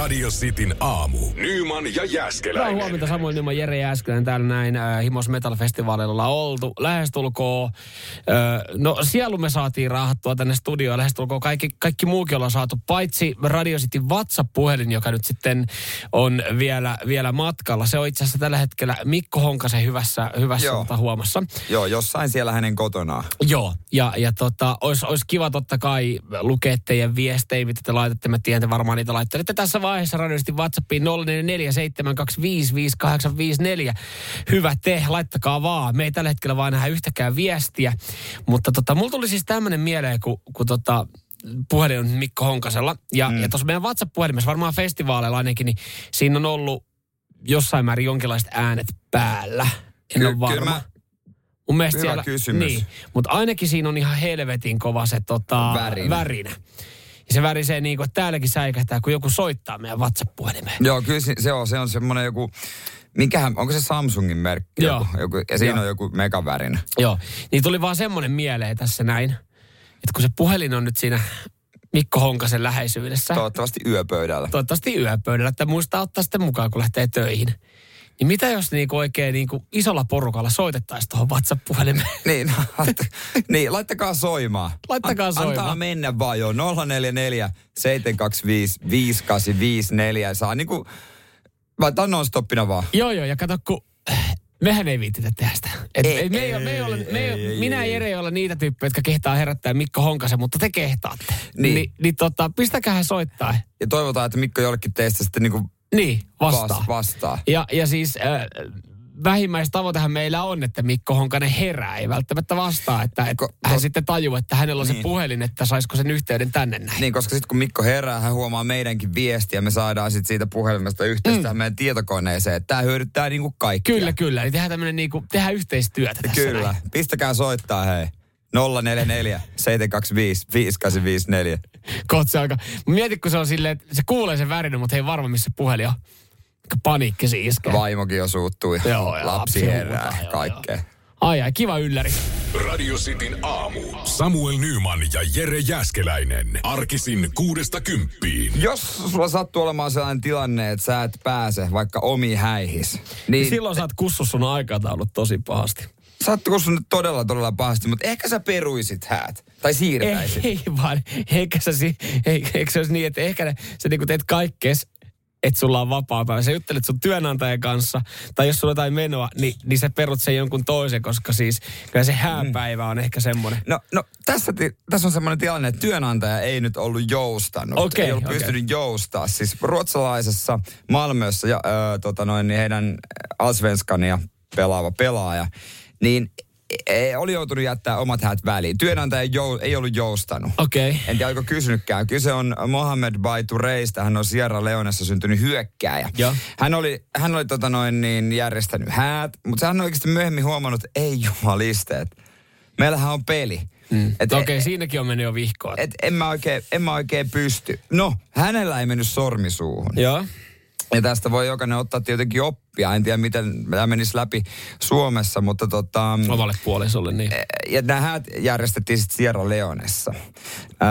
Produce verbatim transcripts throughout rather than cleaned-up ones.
Radio Cityn aamu. Nyman ja Jääskeläinen. Hyvää huomenta, Samuel Nyman, Jere Jääskeläinen täällä näin. Äh, Himos Metal-festivaalilla ollaan oltu. Lähestulkoon, äh, no sielu me saatiin raahattua tänne studioon. Lähestulkoon kaikki, kaikki muukin ollaan saatu, paitsi Radio Cityn WhatsApp-puhelin, joka nyt sitten on vielä, vielä matkalla. Se on itse asiassa tällä hetkellä Mikko Honkasen hyvässä, hyvässä tota, huomassa. Joo, jossain siellä hänen kotonaan. Joo, ja, ja tota, olisi olis kiva totta kai lukea teidän viestejä, mitä te laitatte. Mä tiedän, te varmaan niitä laittelette tässä vaiheessa Radio Cityn WhatsAppiin nolla neljä neljä seitsemän kaksi viisi viisi kahdeksan viisi neljä. Hyvä te, laittakaa vaan. Me ei tällä hetkellä vaan nähdä yhtäkään viestiä. Mutta tota, mulla tuli siis tämmöinen mieleen, kun, kun tota, puhelin on Mikko Honkasella. Ja, mm. ja tuossa meidän WhatsApp-puhelimessa, varmaan festivaaleilla ainakin, niin siinä on ollut jossain määrin jonkinlaiset äänet päällä. En Ky- ole varma. Kyllä mä... Mun mielestä Hyvä siellä, kysymys. niin, mutta ainakin siinä on ihan helvetin kova se tota, värinä. värinä. Ja se värisee niin kuin, että täälläkin säikähtää, kun joku soittaa meidän WhatsApp-puhelimeen. Joo, kyllä se, se on, se on semmoinen joku, minkähän, onko se Samsungin merkki? Joo. Joku, joku, ja siinä Joo. on joku megavärinä. Joo, niin tuli vaan semmoinen mieleen tässä näin, että kun se puhelin on nyt siinä Mikko Honkasen läheisyydessä. Toivottavasti yöpöydällä. Toivottavasti yöpöydällä, että muistaa ottaa sitten mukaan, kun lähtee töihin. Niin mitä jos niinku oikein niinku isolla porukalla soitettaisiin tuohon WhatsApp-puhelimeen? Niin, niin, laittakaa soimaan. Laittakaa An, soimaan. Antaa mennä vaan jo. nolla neljä neljä seitsemän kaksi viisi viisi kahdeksan viisi neljä. Saa niinku, laitetaan non-stoppina vaan. Joo, joo, ja kato, kun mehän ei viititä tehdä sitä. Et Ei, ei, me ei, ei, me ei ole, me ei, ei, minä ja ei. Jere ei olla niitä tyyppejä, jotka kehtaa herättää Mikko Honkasen, mutta te kehtaatte. Niin. Ni, niin tota, pistäkää soittaa. Ja toivotaan, että Mikko jollekin teistä sitten niinku Niin, vastaa. Vas, vastaa. Ja, ja siis äh, vähimmäistavoitehan meillä on, että Mikko Honkanen herää, ei välttämättä vastaa, että et Ko- hän ko- sitten tajuu, että hänellä on niin. se puhelin, että saisiko sen yhteyden tänne näin. Niin, koska sitten kun Mikko herää, hän huomaa meidänkin viestiä, me saadaan sitten siitä puhelimesta yhteistä mm. meidän tietokoneeseen. Tämä hyödyttää niinku kaikkia. Kyllä, kyllä. Eli tehdään tämmöinen niinku, tehdään yhteistyötä tässä Kyllä. näin. Pistäkää soittaa, hei. nolla neljä neljä seitsemän kaksi viisi viisi kahdeksan viisi neljä. Kohta se alkaa. Mieti, kun se on silleen, että se kuulee sen värinä, mutta ei varma, missä puhelin on. Paniikki siinä iskee. Vaimokin jo suuttui. Joo, ja lapsi lapsi herää, huutaa, joo, kaikkea. Ai ai, kiva ylläri. Radio Cityn aamu. Samuel Nyman ja Jere Jääskeläinen. Arkisin kuudesta kymppiin. Jos sulla sattuu olemaan sellainen tilanne, että sä et pääse vaikka omiin häihis, niin Silloin sä oot kussu sun aikataulut tosi pahasti. sattuuko sun nyt todella, todella pahasti, mutta ehkä sä peruisit häät. Tai siirtäisit. Ei, ei vaan, eikä sä, si- ei, eikö se olisi niin, että ehkä sä niinku teet kaikkes, että sulla on vapaa-päivä. Sä juttelet sun työnantajan kanssa, tai jos sulla on jotain menoa, niin, niin sä perut sen jonkun toisen, koska siis kyllä se hääpäivä on ehkä semmoinen. No, no tässä, ti- tässä on semmoinen tilanne, että työnantaja ei nyt ollut joustanut. Okei, ei ollut okei. pystynyt joustaa. Siis ruotsalaisessa Malmössä ja, ö, tota noin, niin heidän Allsvenskania pelaava pelaaja, niin e, oli joutunut jättää omat häät väliin. Työnantaja ei, jou, ei ollut joustanut. Okei. Okay. En tiedä, oliko kysynytkään. Kyse on Mohamed Baitureista. Hän on Sierra Leonessa syntynyt hyökkääjä. Joo. Hän oli, hän oli tota noin, niin järjestänyt häät, mutta hän on oikeasti myöhemmin huomannut, että ei jumalisteet. Meillähän on peli. Mm. Et- Okei, okay, et- siinäkin on mennyt jo vihkoa. Et en mä, oikein, en mä oikein pysty. No, hänellä ei mennyt sormi suuhun. Joo. Ja tästä voi jokainen ottaa tietenkin oppia. En tiedä, miten tämä menisi läpi Suomessa, mutta tota... Omalle puolisolle, niin. Ja nämä häät järjestettiin sitten Sierra Leonessa. Öö,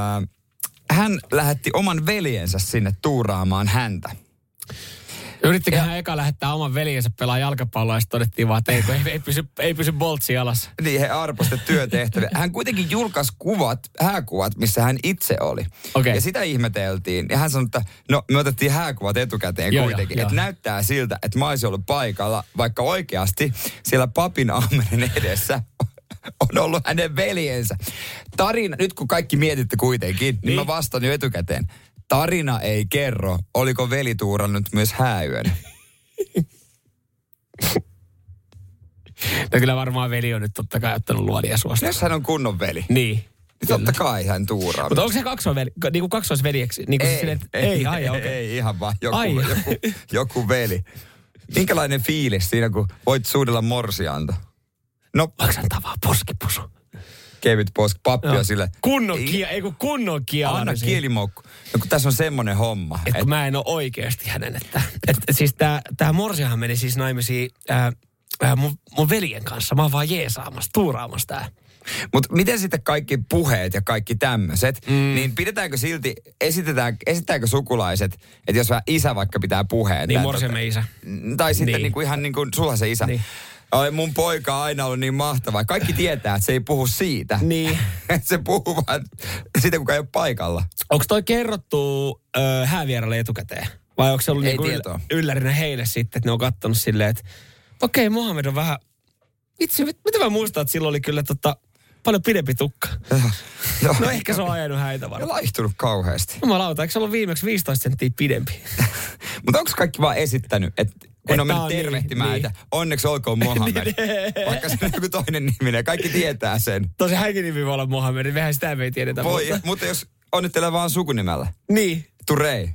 hän lähetti oman veljensä sinne tuuraamaan häntä. Yrittikö hän eka lähettää oman veljensä pelaa jalkapalloa ja sitten todettiin vaan, että ei, ei, ei, pysy, ei pysy boltsi alas. Niin, he arvostivat työtehtäviä. Hän kuitenkin julkaisi kuvat, hääkuvat, missä hän itse oli. Okei. Ja sitä ihmeteltiin. Ja hän sanoi, että no me otettiin hääkuvat etukäteen Joo, kuitenkin. joo, Että joo. näyttää siltä, että mä olisin ollut paikalla, vaikka oikeasti siellä papin aamerin edessä on ollut hänen veljensä. Tarina, nyt kun kaikki mietitte kuitenkin, niin, niin mä vastaan jo etukäteen. Tarina ei kerro, oliko veli tuurannut myös hääyön. No kyllä varmaan veli on nyt totta kai ottanut luodia suosta. Jos hän on kunnon veli, Niin. niin totta kai hän tuuraa. Mutta onko se kaksoisveli, niin kuin kaksoisveljeksi? Niin kuin Ei, siis silleen, että- ei, ei, ai, ei, okei. ei, ihan vaan joku, Ai. joku, joku veli. Minkälainen fiilis siinä, kun voit suudella morsianta? No, Voiko antaa vaan poskipusu? kevyt poski, pappi on sille. Kunnon Ei, kia, ei kun kunnon kialainen. Anna siihen. kielimoukku. No kun tässä on semmoinen homma. Että kun mä en ole oikeasti hänen, että... Et, et siis tää, tää morsiahan meni siis naimisiin ää, ää, mun, mun veljen kanssa. Mä oon vaan jeesaamassa, tuuraamassa tää. Mutta miten sitten kaikki puheet ja kaikki tämmöiset, mm. niin pidetäänkö silti, esitetään, esittääkö sukulaiset, että jos isä vaikka pitää puheen. Niin morsiamme isä. Tai sitten niin. niinku ihan niin kuin sulla se isä. Niin. Ai mun poika on aina ollut niin mahtavaa. Kaikki tietää, että se ei puhu siitä. Niin. Se puhuu vaan siitä, kuka ei ole paikalla. Onko toi kerrottu ö, häävieralle etukäteen? Vai onko se ollut ei niinku yllärinä heille sitten, että ne on kattonut silleen, että okei, okay, Mohamed on vähän... Itse, mitä mä muistan, että silloin oli kyllä tota, paljon pidempi tukka. No, no ehkä se on ajanut häitä varmaan. Ja laihtunut kauheasti. Jumalauta, eikö se ollut viimeksi viisitoista senttiä pidempi? Mutta onko kaikki vaan esittänyt, että kun on mennyt tervehtimään, niin, että niin. Onneksi olkoon Mohamed. Vaikka se on joku toinen nimi, kaikki tietää sen. Tosi hänkin nimi voi olla Mohamed, niin mehän sitä me ei tiedetä. Voi, mutta, mutta jos onnittelee vaan sukunimellä. Niin. Turei.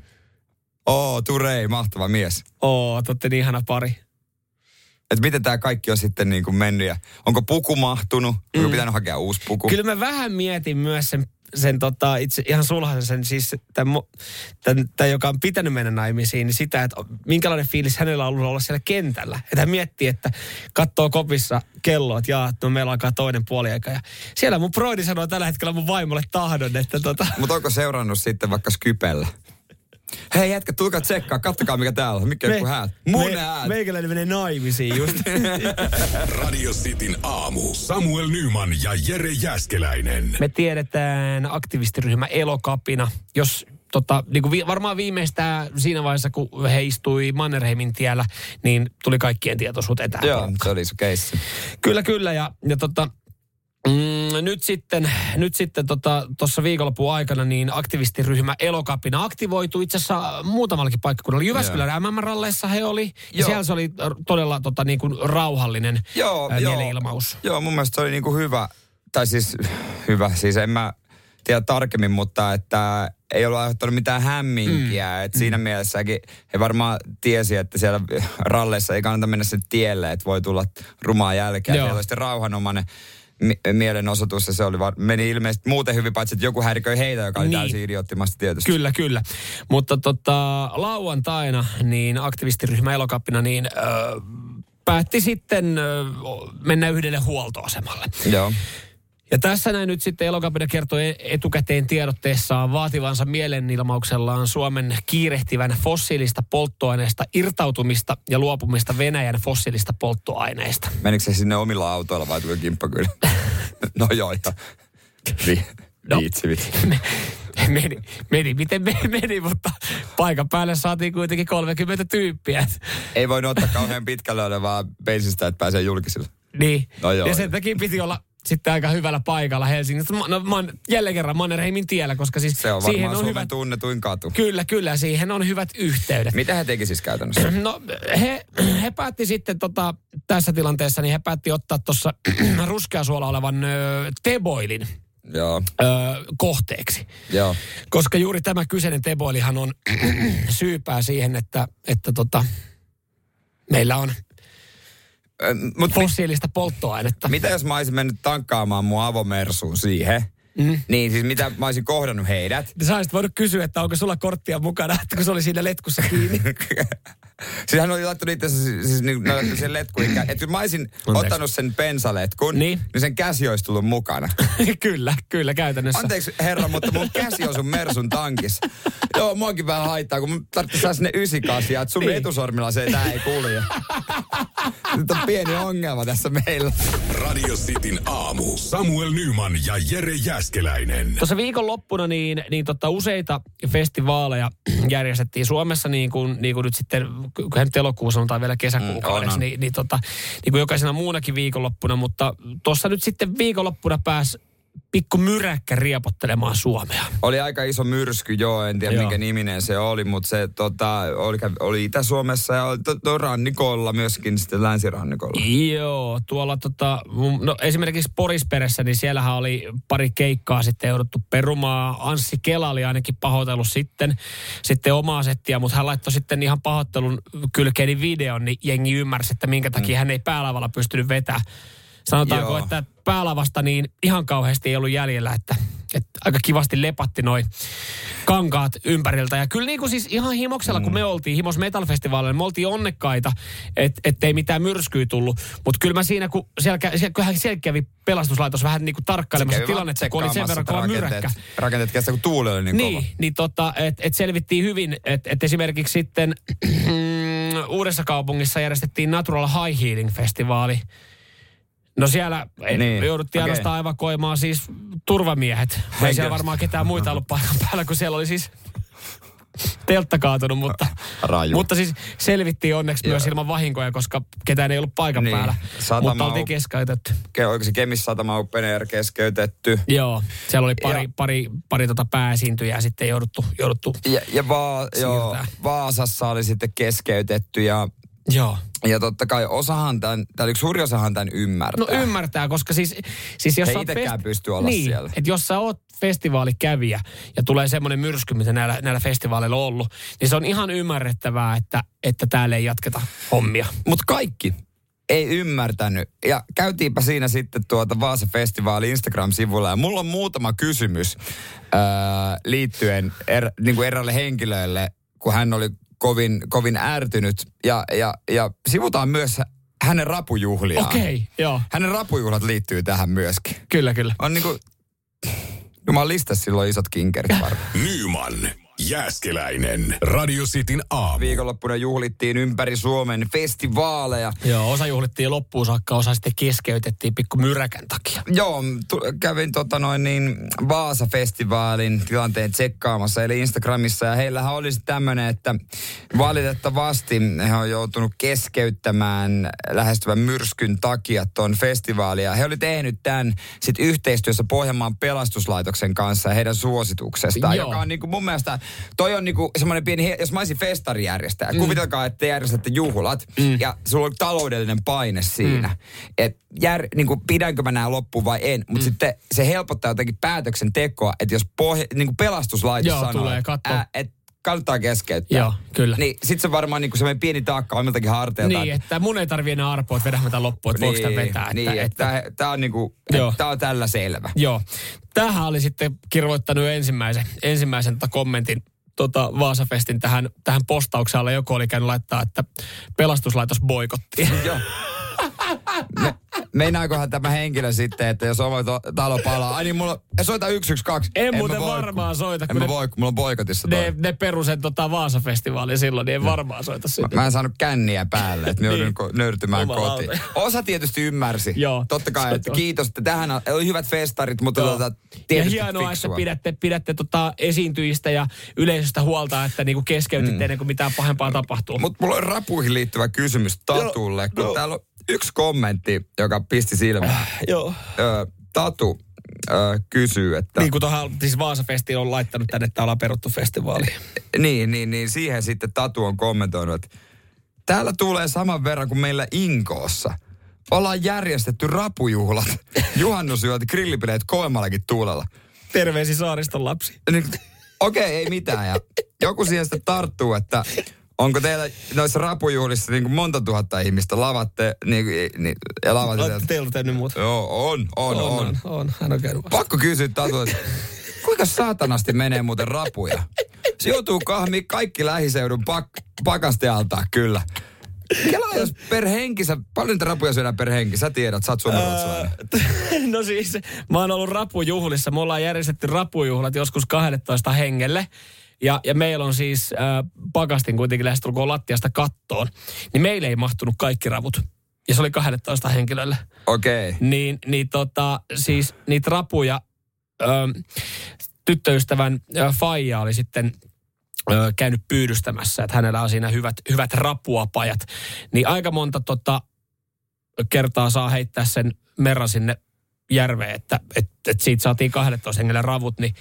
Oo, Turei, mahtava mies. Oo, te olette niin ihana pari. Että miten tämä kaikki on sitten niin kuin mennyt ja onko puku mahtunut? Onko mm. pitänyt hakea uusi puku? Kyllä mä vähän mietin myös sen, sen tota, itse ihan sulhasen sen siis tämän, tämän, tämän, joka on pitänyt mennä naimisiin, niin sitä, että minkälainen fiilis hänellä on ollut olla siellä kentällä. Että hän miettii, että katsoo kopissa kelloa, että jaa, että no meillä alkaa toinen puoliaika. Ja siellä mun broidi sanoo tällä hetkellä mun vaimolle tahdon, että tota... Mutta onko seurannut sitten vaikka Skypellä? Hei jätkä, tulkaa tsekkaa, kattokaa mikä täällä on. Mikä me, joku häät? Mun me, häät. Meikäläinen menee naimisiin just. Radio Cityn aamu. Samuel Nyman ja Jere Jääskeläinen. Me tiedetään aktivistiryhmä Elokapina. Jos tota, niin kuin vi, varmaan viimeistään siinä vaiheessa, kun he istui Mannerheimin tiellä, niin tuli kaikkien tietoisuuteen tähän. Joo, se oli se keissi. Kyllä, kyllä. Ja, ja tota... Mm, nyt sitten, nyt sitten tuossa tota, viikonlopun aikana niin aktivistiryhmä Elokapina aktivoitu itse asiassa muutamallakin paikkakunnalla. Jyväskylän M M-ralleissa he oli. Ja siellä se oli todella tota, niin kuin rauhallinen joo, ää, mielenilmaus. Joo, joo, mun mielestä se oli niin kuin hyvä, tai siis hyvä, siis en mä tiedä tarkemmin, mutta että ei ollut aiheuttanut mitään hämminkiä. Mm. Että siinä mm. mielessäkin he varmaan tiesi, että siellä ralleissa ei kannata mennä sen tielle, että voi tulla rumaa jälkeen. Siellä oli sitten rauhanomainen mielenosoitus ja se oli vaan, meni ilmeisesti muuten hyvin, paitsi että joku häiriköi heitä, joka oli niin täysin idioottimasta tietysti. Kyllä, kyllä. Mutta tota, lauantaina niin aktivistiryhmä Elokapina niin ö, päätti sitten ö, mennä yhdelle huoltoasemalle. Joo. Ja tässä näin nyt sitten Elokapina kertoi etukäteen tiedotteessaan vaativansa mielenilmauksellaan Suomen kiirehtivän fossiilista polttoaineesta irtautumista ja luopumista Venäjän fossiilista polttoaineista. Menikö se sinne omilla autoilla vai tuli kimppa kyllä? No joo, ja Vi, no, viitsi, viitsi. Meni, meni, miten meni, meni, mutta paikan päälle saatiin kuitenkin kolmekymmentä tyyppiä. Ei voinut ottaa kauhean pitkälle olevaa bensistä, että pääsee julkisille. Niin, no joo, ja sen takia piti olla sitten aika hyvällä paikalla Helsingissä. No man, jälleen kerran Mannerheimin tiellä, koska siis se on siihen varmaan on Suomen hyvät, tunnetuin katu. Kyllä, kyllä, siihen on hyvät yhteydet. Mitä he teki siis käytännössä? No he, he päätti sitten tota, tässä tilanteessa, niin he päätti ottaa tuossa ruskeasuola olevan ö, teboilin Joo. Ö, kohteeksi. Joo. Koska juuri tämä kyseinen teboilihan on syypää siihen, että, että tota, meillä on Mut fossiilista polttoainetta. Mitä jos mä olisin mennyt tankkaamaan mun avomersuun siihen? Mm. Niin siis mitä mä olisin kohdannut heidät? Sä olisit voinut kysyä, että onko sulla korttia mukana, että kun se oli siinä letkussa kiinni. Siis hän oli laittanut itse asiassa siis, niin, sen letkun. Että jos mä olisin Anteeksi. ottanut sen bensaletkun, niin. niin sen käsi olisi tullut mukana. Kyllä, kyllä käytännössä. Anteeksi herra, mutta mun käsi on sun Mersun tankissa. Joo, muakin vähän haittaa, kun mun tarvitsisi saada sinne ysikasiaa, että sun niin. etusormilla se tää ei kulje. Nyt on pieni ongelma tässä meillä. Radio Cityn aamu. Samuel Nyman ja Jere Jääskeläinen. Tuossa viikonloppuna niin, niin tota, useita festivaaleja järjestettiin Suomessa, niin kuin, niin kuin nyt sitten, kun nyt elokuussa sanotaan vielä kesäkuukaudessa, mm, niin, niin, tota, niin kuin jokaisena muunakin viikonloppuna, mutta tuossa nyt sitten viikonloppuna pääsi pikku myräkkä riepottelemaan Suomea. Oli aika iso myrsky, joo, en tiedä joo. minkä niminen se oli, mutta se tota, oli, oli Itä-Suomessa ja oli to, to, rannikolla myöskin sitten länsirannikolla. Joo, tuolla tota, no esimerkiksi Porisperessä, niin siellähän oli pari keikkaa sitten jouduttu perumaan. Anssi Kela oli ainakin pahoitellut sitten, sitten omaa settiä, mutta hän laittoi sitten ihan pahoittelun kylkeeni videon, niin jengi ymmärsi, että minkä takia mm. hän ei päälavalla pystynyt vetämään. Sanotaanko, Joo. että päälavasta niin ihan kauheasti ei ollut jäljellä, että Et aika kivasti lepatti noi kankaat ympäriltä. Ja kyllä niin kuin siis ihan himoksella, mm. kun me oltiin Himos Metal-festivaalilla, me oltiin onnekkaita, että ettei mitään myrskyä tullut. Mutta kyllä mä siinä, kun siellä, siellä, kyllähän siellä kävi pelastuslaitos vähän niin kuin tarkkailemassa tilannetta, kun oli sen verran kova myräkkä. Rakenteet kestä, kun tuuli oli niin, niin kova. Niin, tota, että et selvittiin hyvin, että et esimerkiksi sitten Uudessa kaupungissa järjestettiin Natural High Healing-festivaali. No siellä niin, jouduttiin okay. ainoastaan evakuoimaan siis turvamiehet. Ei siellä varmaan ketään muita ollut paikan päällä, kun siellä oli siis teltta kaatunut, mutta, mutta siis selvittiin onneksi Joo. myös ilman vahinkoja, koska ketään ei ollut paikan niin. päällä. Satama mutta oltiin keskeytetty. Oliko se Kemis Satama Open Air keskeytetty? Joo, siellä oli pari, pari, pari tota pääesiintyjää sitten jouduttu, jouduttu Ja, ja va- joo, Vaasassa oli sitten keskeytetty ja Joo. Ja totta kai osahan tämän, tai yksi suuri osahan tämän ymmärtää. No ymmärtää, koska siis, siis jos He sä oot itekään festi- pystyy olla niin, siellä. että jos sä oot festivaalikävijä ja tulee semmoinen myrsky, mitä näillä, näillä festivaaleilla on ollut, niin se on ihan ymmärrettävää, että, että täällä ei jatketa hommia. Mutta kaikki ei ymmärtänyt. Ja käytiinpä siinä sitten tuota Vaasa-festivaali Instagram-sivulla. Ja mulla on muutama kysymys ää, liittyen er, niin kuin eräälle henkilölle, kun hän oli kovin, kovin ärtynyt. Ja, ja, ja sivutaan myös hänen rapujuhliaan. Okei, okay, joo. Hänen rapujuhlat liittyy tähän myöskin. Kyllä, kyllä. On niinku, Jumalan listassa silloin isot kinkerit varmaan. Nyman, Jääskeläinen, Radio Cityn aamu. Viikonloppuna juhlittiin ympäri Suomen festivaaleja. Joo, osa juhlittiin loppuun saakka, osa sitten keskeytettiin pikku myräkän takia. Joo, tu- kävin tota noin niin Vaasa-festivaalin tilanteen tsekkaamassa, eli Instagramissa, ja heillähän olisi tämmöinen, että valitettavasti he on joutunut keskeyttämään lähestyvän myrskyn takia ton festivaalia. He oli tehnyt tämän sit yhteistyössä Pohjanmaan pelastuslaitoksen kanssa ja heidän suosituksestaan, Joo. joka on niinku mun mielestä, toi on niinku semmoinen pieni, jos mä olisin festarijärjestäjä, mm. kuvitelkaa, että te järjestätte juhlat mm. ja sulla on taloudellinen paine siinä, mm. että jär, niinku, pidänkö mä nää loppuun vai en, mutta mm. sitten se helpottaa jotenkin päätöksentekoa, että jos pohja, niinku pelastuslaitos Joo, sanoo, tulee katsoa. että kannattaa keskeyttää. Joo, kyllä. Niin sit se on varmaan niinku semmoinen pieni taakka omiltakin harteilta. Niin, että mun ei tarvii enää arpoa, että vedämme tämän loppuun, että niin, voiko tämän vetää. Niin, että, että, että tää on niinku, tää on tällä selvä. Joo. Tämähän oli sitten kirjoittanut ensimmäisen, ensimmäisen tota kommentin tota Vaasafestin tähän, tähän postaukseen alle. Joku oli käynyt laittaa, että pelastuslaitos boikotti. Joo. Me, meinaakohan tämä henkilö sitten, että jos oma to, talo palaa, ai niin mulla, soita yksi yksi kaksi. En, en muuten voi, varmaan soita. En mä voi, kun mulla on boikotissa toi. Ne, ne perusen tota Vaasa-festivaalin silloin, niin en varmaan soita sinne. Mä, mä en saanut känniä päälle, että niin. joudun nöyrtymään kotiin. Lauta. Osa tietysti ymmärsi. Joo. Totta kai, että kiitos, että tähän oli hyvät festarit, mutta tota, tietysti ja hienoa, fiksua. että pidätte, pidätte tota esiintyjistä ja yleisöstä huolta, että niinku keskeytitte mm. ennen kuin mitään pahempaa tapahtuu. Mutta mulla on rapuihin liittyvä kysymys Tatulle, kun no. täällä on yksi kommentti, joka pisti silmään. Äh, joo. Ö, Tatu ö, kysyy, että... Niin kuin tuohon, siis Vaasa-festiin on laittanut tänne, että ollaan peruttu festivaali. Niin, niin, niin siihen sitten Tatu on kommentoinut, että täällä tulee saman verran kuin meillä Inkoossa. Ollaan järjestetty rapujuhlat, juhannusjuhlat, grillipileet kovemmallakin tuulella. Terveisiä Saariston lapsi. Niin, okei, okay, ei mitään. Ja joku siihen sitten tarttuu, että... Onko teillä noissa rapujuhlissa niin kuin monta tuhatta ihmistä lavatte niin, niin, ja lavatte? Olette teiltä tehnyt muuta? Joo, on, on, on. On, on, on. Hän on käynyt vasta. Pakko kysyä Tatu, että kuinka saatanasti menee muuten rapuja? Se joutuu kahmiin kaikki lähiseudun pak- pakastealtaan, kyllä. Kelaa jos per henki, sä, paljon niitä rapuja syödään per henki, sä tiedät, sä oot suomalainen. No siis, mä oon ollut rapujuhlissa, me ollaan järjestetty rapujuhlat joskus kaksitoista hengelle. Ja, ja meillä on siis äh, pakastin kuitenkin lähestulkoon lattiasta kattoon. Niin meille ei mahtunut kaikki ravut. Ja se oli kaksitoista henkilölle. Okei. Okay. Niin, niin tota, siis niitä rapuja, ö, tyttöystävän ö, faija oli sitten ö, käynyt pyydystämässä, että hänellä on siinä hyvät, hyvät rapuapajat. Niin aika monta tota, kertaa saa heittää sen merran sinne järveen, että et, et siitä saatiin kaksitoista hengelle ravut, niin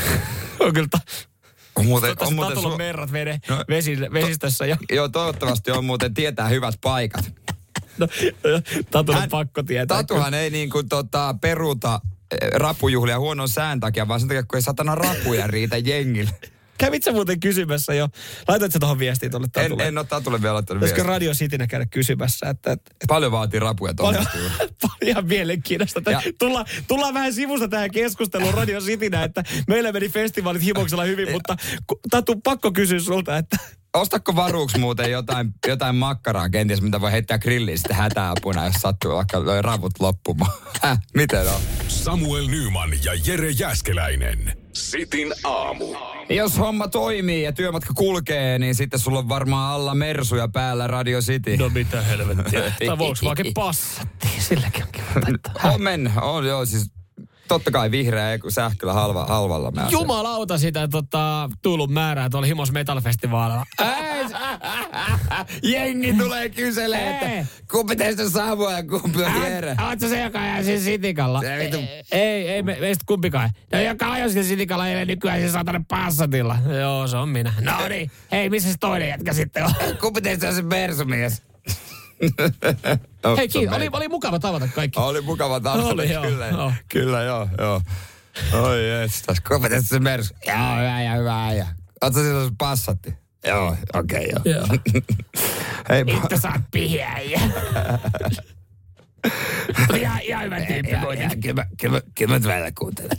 on kyllä... Ta- On muuten, on muuten Tatulla su- merrat vede no, vesi, vesistössä jo. Joo, toivottavasti on muuten tietää hyvät paikat. No, Tatulla on pakko tietää. Tatuhan ei niin kuin tota, peruuta rapujuhlia huonon sään takia, vaan sen takia, kun ei satana rapuja riitä jengille. Kävit sä muuten kysymässä jo? Laitat sä tuohon viestiin tuolle Tatulle? En, en ole Tatulle vielä laittanut viestiä. Olisiko Radio Citynä käydä kysymässä? Että, että, paljon vaatii rapuja tuollaista. Paljon, paljon mielenkiinnosta. Tullaan, tullaan vähän sivusta tähän keskusteluun Radio Citynä, että meillä meni festivaalit Himoksella hyvin, mutta Tatu, pakko kysyä sulta, että... Ostatko varuuksi muuten jotain, jotain makkaraa kenties, mitä voi heittää grilliin sitten hätäapuna, jos sattuu vaikka loi ravut loppumaan? Häh, miten on? Samuel Nyman ja Jere Jääskeläinen. Sitin aamu. Jos homma toimii ja työmatka kulkee, niin sitten sulla on varmaan alla mersuja päällä Radio City. No mitä helvettiä. Tai Volkswagen Passattiin, silläkin on kiva. On mennä, on joo siis... Totta kai vihreä sähköllä halva, halvalla. Mä Jumalauta sitä tota, tullut määrää tuolla Himos Metal-festivaalilla. Jengi tulee kyselee, että kumpi teistä on Samuel ja kumpi on Jere. Ootko se, joka ajaa siinä Sitikalla? Ei, ei me, meistä kumpikaan. No joka ajaa siinä Sitikalla, ei nykyään siinä saatana Passatilla. Joo, se on minä. No niin, hei, missä se toinen jätkä sitten on? Kumpi teistä on se Mersumies? Oh, hei, kiitos. Oli, oli mukava tavata kaikki. Oli mukava tavata, oli, kyllä. Joo, joo. Kyllä, joo, joo. Oi jestas, kumpi teistä se Mersu? Joo, hyvä ja hyvä ja. Ootko se se Passatti? Joo, okei, okay, joo. joo. Hei, itse saat pihäjä. Ihan, ihan hyvä tyyppi. Kyllä, kyllä, kyllä mä välillä kuuntelen.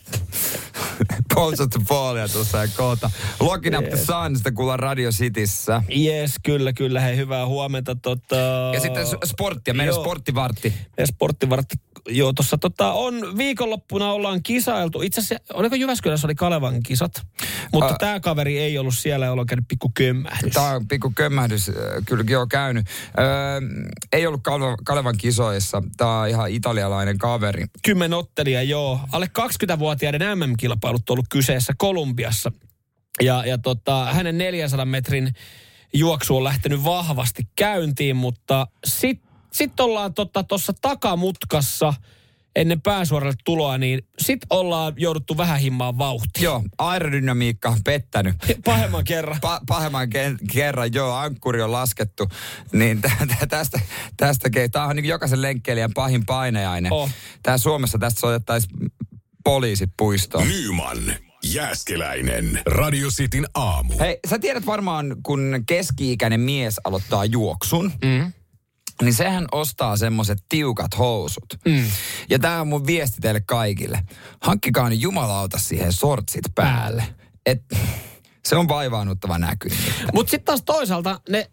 Pulse of the Fallia tuossa ja kohta. Locking up the sun, sitä kuullaan Radio Cityssä. Yes, kyllä, kyllä. Hei, hyvää huomenta. Tota... Ja sitten sporttia, meidän joo. sporttivartti. Meidän sporttivartti. Joo, tuossa tota, on viikonloppuna ollaan kisailtu. Itse asiassa, oliko Jyväskylässä oli Kalevan kisat? Mutta uh, tämä kaveri ei ollut siellä ja ollaan käynyt pikku kömmähdys. Tämä on pikku kömmähdys, kylläkin on käynyt. Öö, ei ollut Kalevan kisoissa. Tämä on ihan italialainen kaveri. Kymmen ottelija, joo. Alle kaksikymmentävuotiaiden M M-kilpailut on ollut kyseessä Kolumbiassa. Ja, ja tota, hänen neljänsadan metrin juoksu on lähtenyt vahvasti käyntiin, mutta sitten Sitten ollaan tuossa tota, takamutkassa ennen pääsuoralle tuloa, niin sitten ollaan jouduttu vähän himmaan vauhtia. Joo, aerodynamiikka on pettänyt. Pahemman kerran. Pa- pahemman ke- kerran, joo, ankkuri on laskettu. Niin t- t- tästä, tästä tämä on niin jokaisen lenkkeilijän pahin painajainen. Oh. Tää Suomessa tästä soitettaisiin poliisipuistoon. Nyman. Jääskeläinen. Radio Cityn aamu. Hei, sä tiedät varmaan, kun keski-ikäinen mies aloittaa juoksun, mm. niin sehän ostaa semmoiset tiukat housut. Mm. Ja tää on mun viesti teille kaikille. Hankkikaa niin jumalauta siihen sortsit päälle. Et, se on vaivaannuttava näky. Mut sit taas toisaalta ne,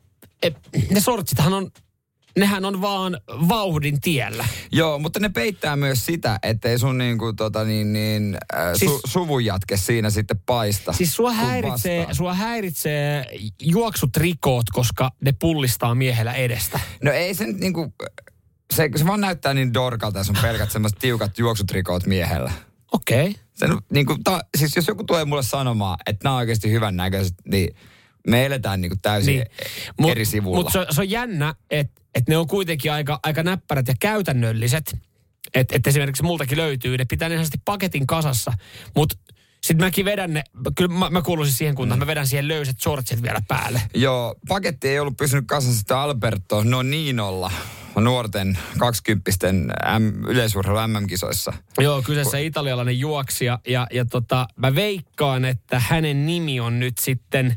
ne sortsithan on, nehän on vaan vauhdin tiellä. Joo, mutta ne peittää myös sitä, ettei sun niinku tota niin, niin äh, siis, su, suvun jatke siinä sitten paista. Siis sua häiritsee, sua häiritsee juoksutrikoot, koska ne pullistaa miehellä edestä. No ei se nyt niinku, se, se vaan näyttää niin dorkalta, jos on pelkät semmoiset tiukat juoksutrikoot miehellä. Okei. Okay. Niinku, siis jos joku tulee mulle sanomaan, että nämä on oikeasti hyvän näköiset, niin me eletään niinku täysin niin. Mut, eri sivulla. Mutta se, se on jännä, että et ne on kuitenkin aika, aika näppärät ja käytännölliset. Että et esimerkiksi multakin löytyy, ne pitää ne paketin kasassa. Mutta sitten mäkin vedän ne, kyllä mä, mä kuuluisin siihen kuntaan, mm. mä vedän siihen löysät shortsit vielä päälle. Joo, paketti ei ollut pysynyt kasassa sitä Alberto Noninolla nuorten kaksikymppisten yleisurheilu M M-kisoissa. Joo, kyseessä italialainen juoksija ja, ja tota, mä veikkaan, että hänen nimi on nyt sitten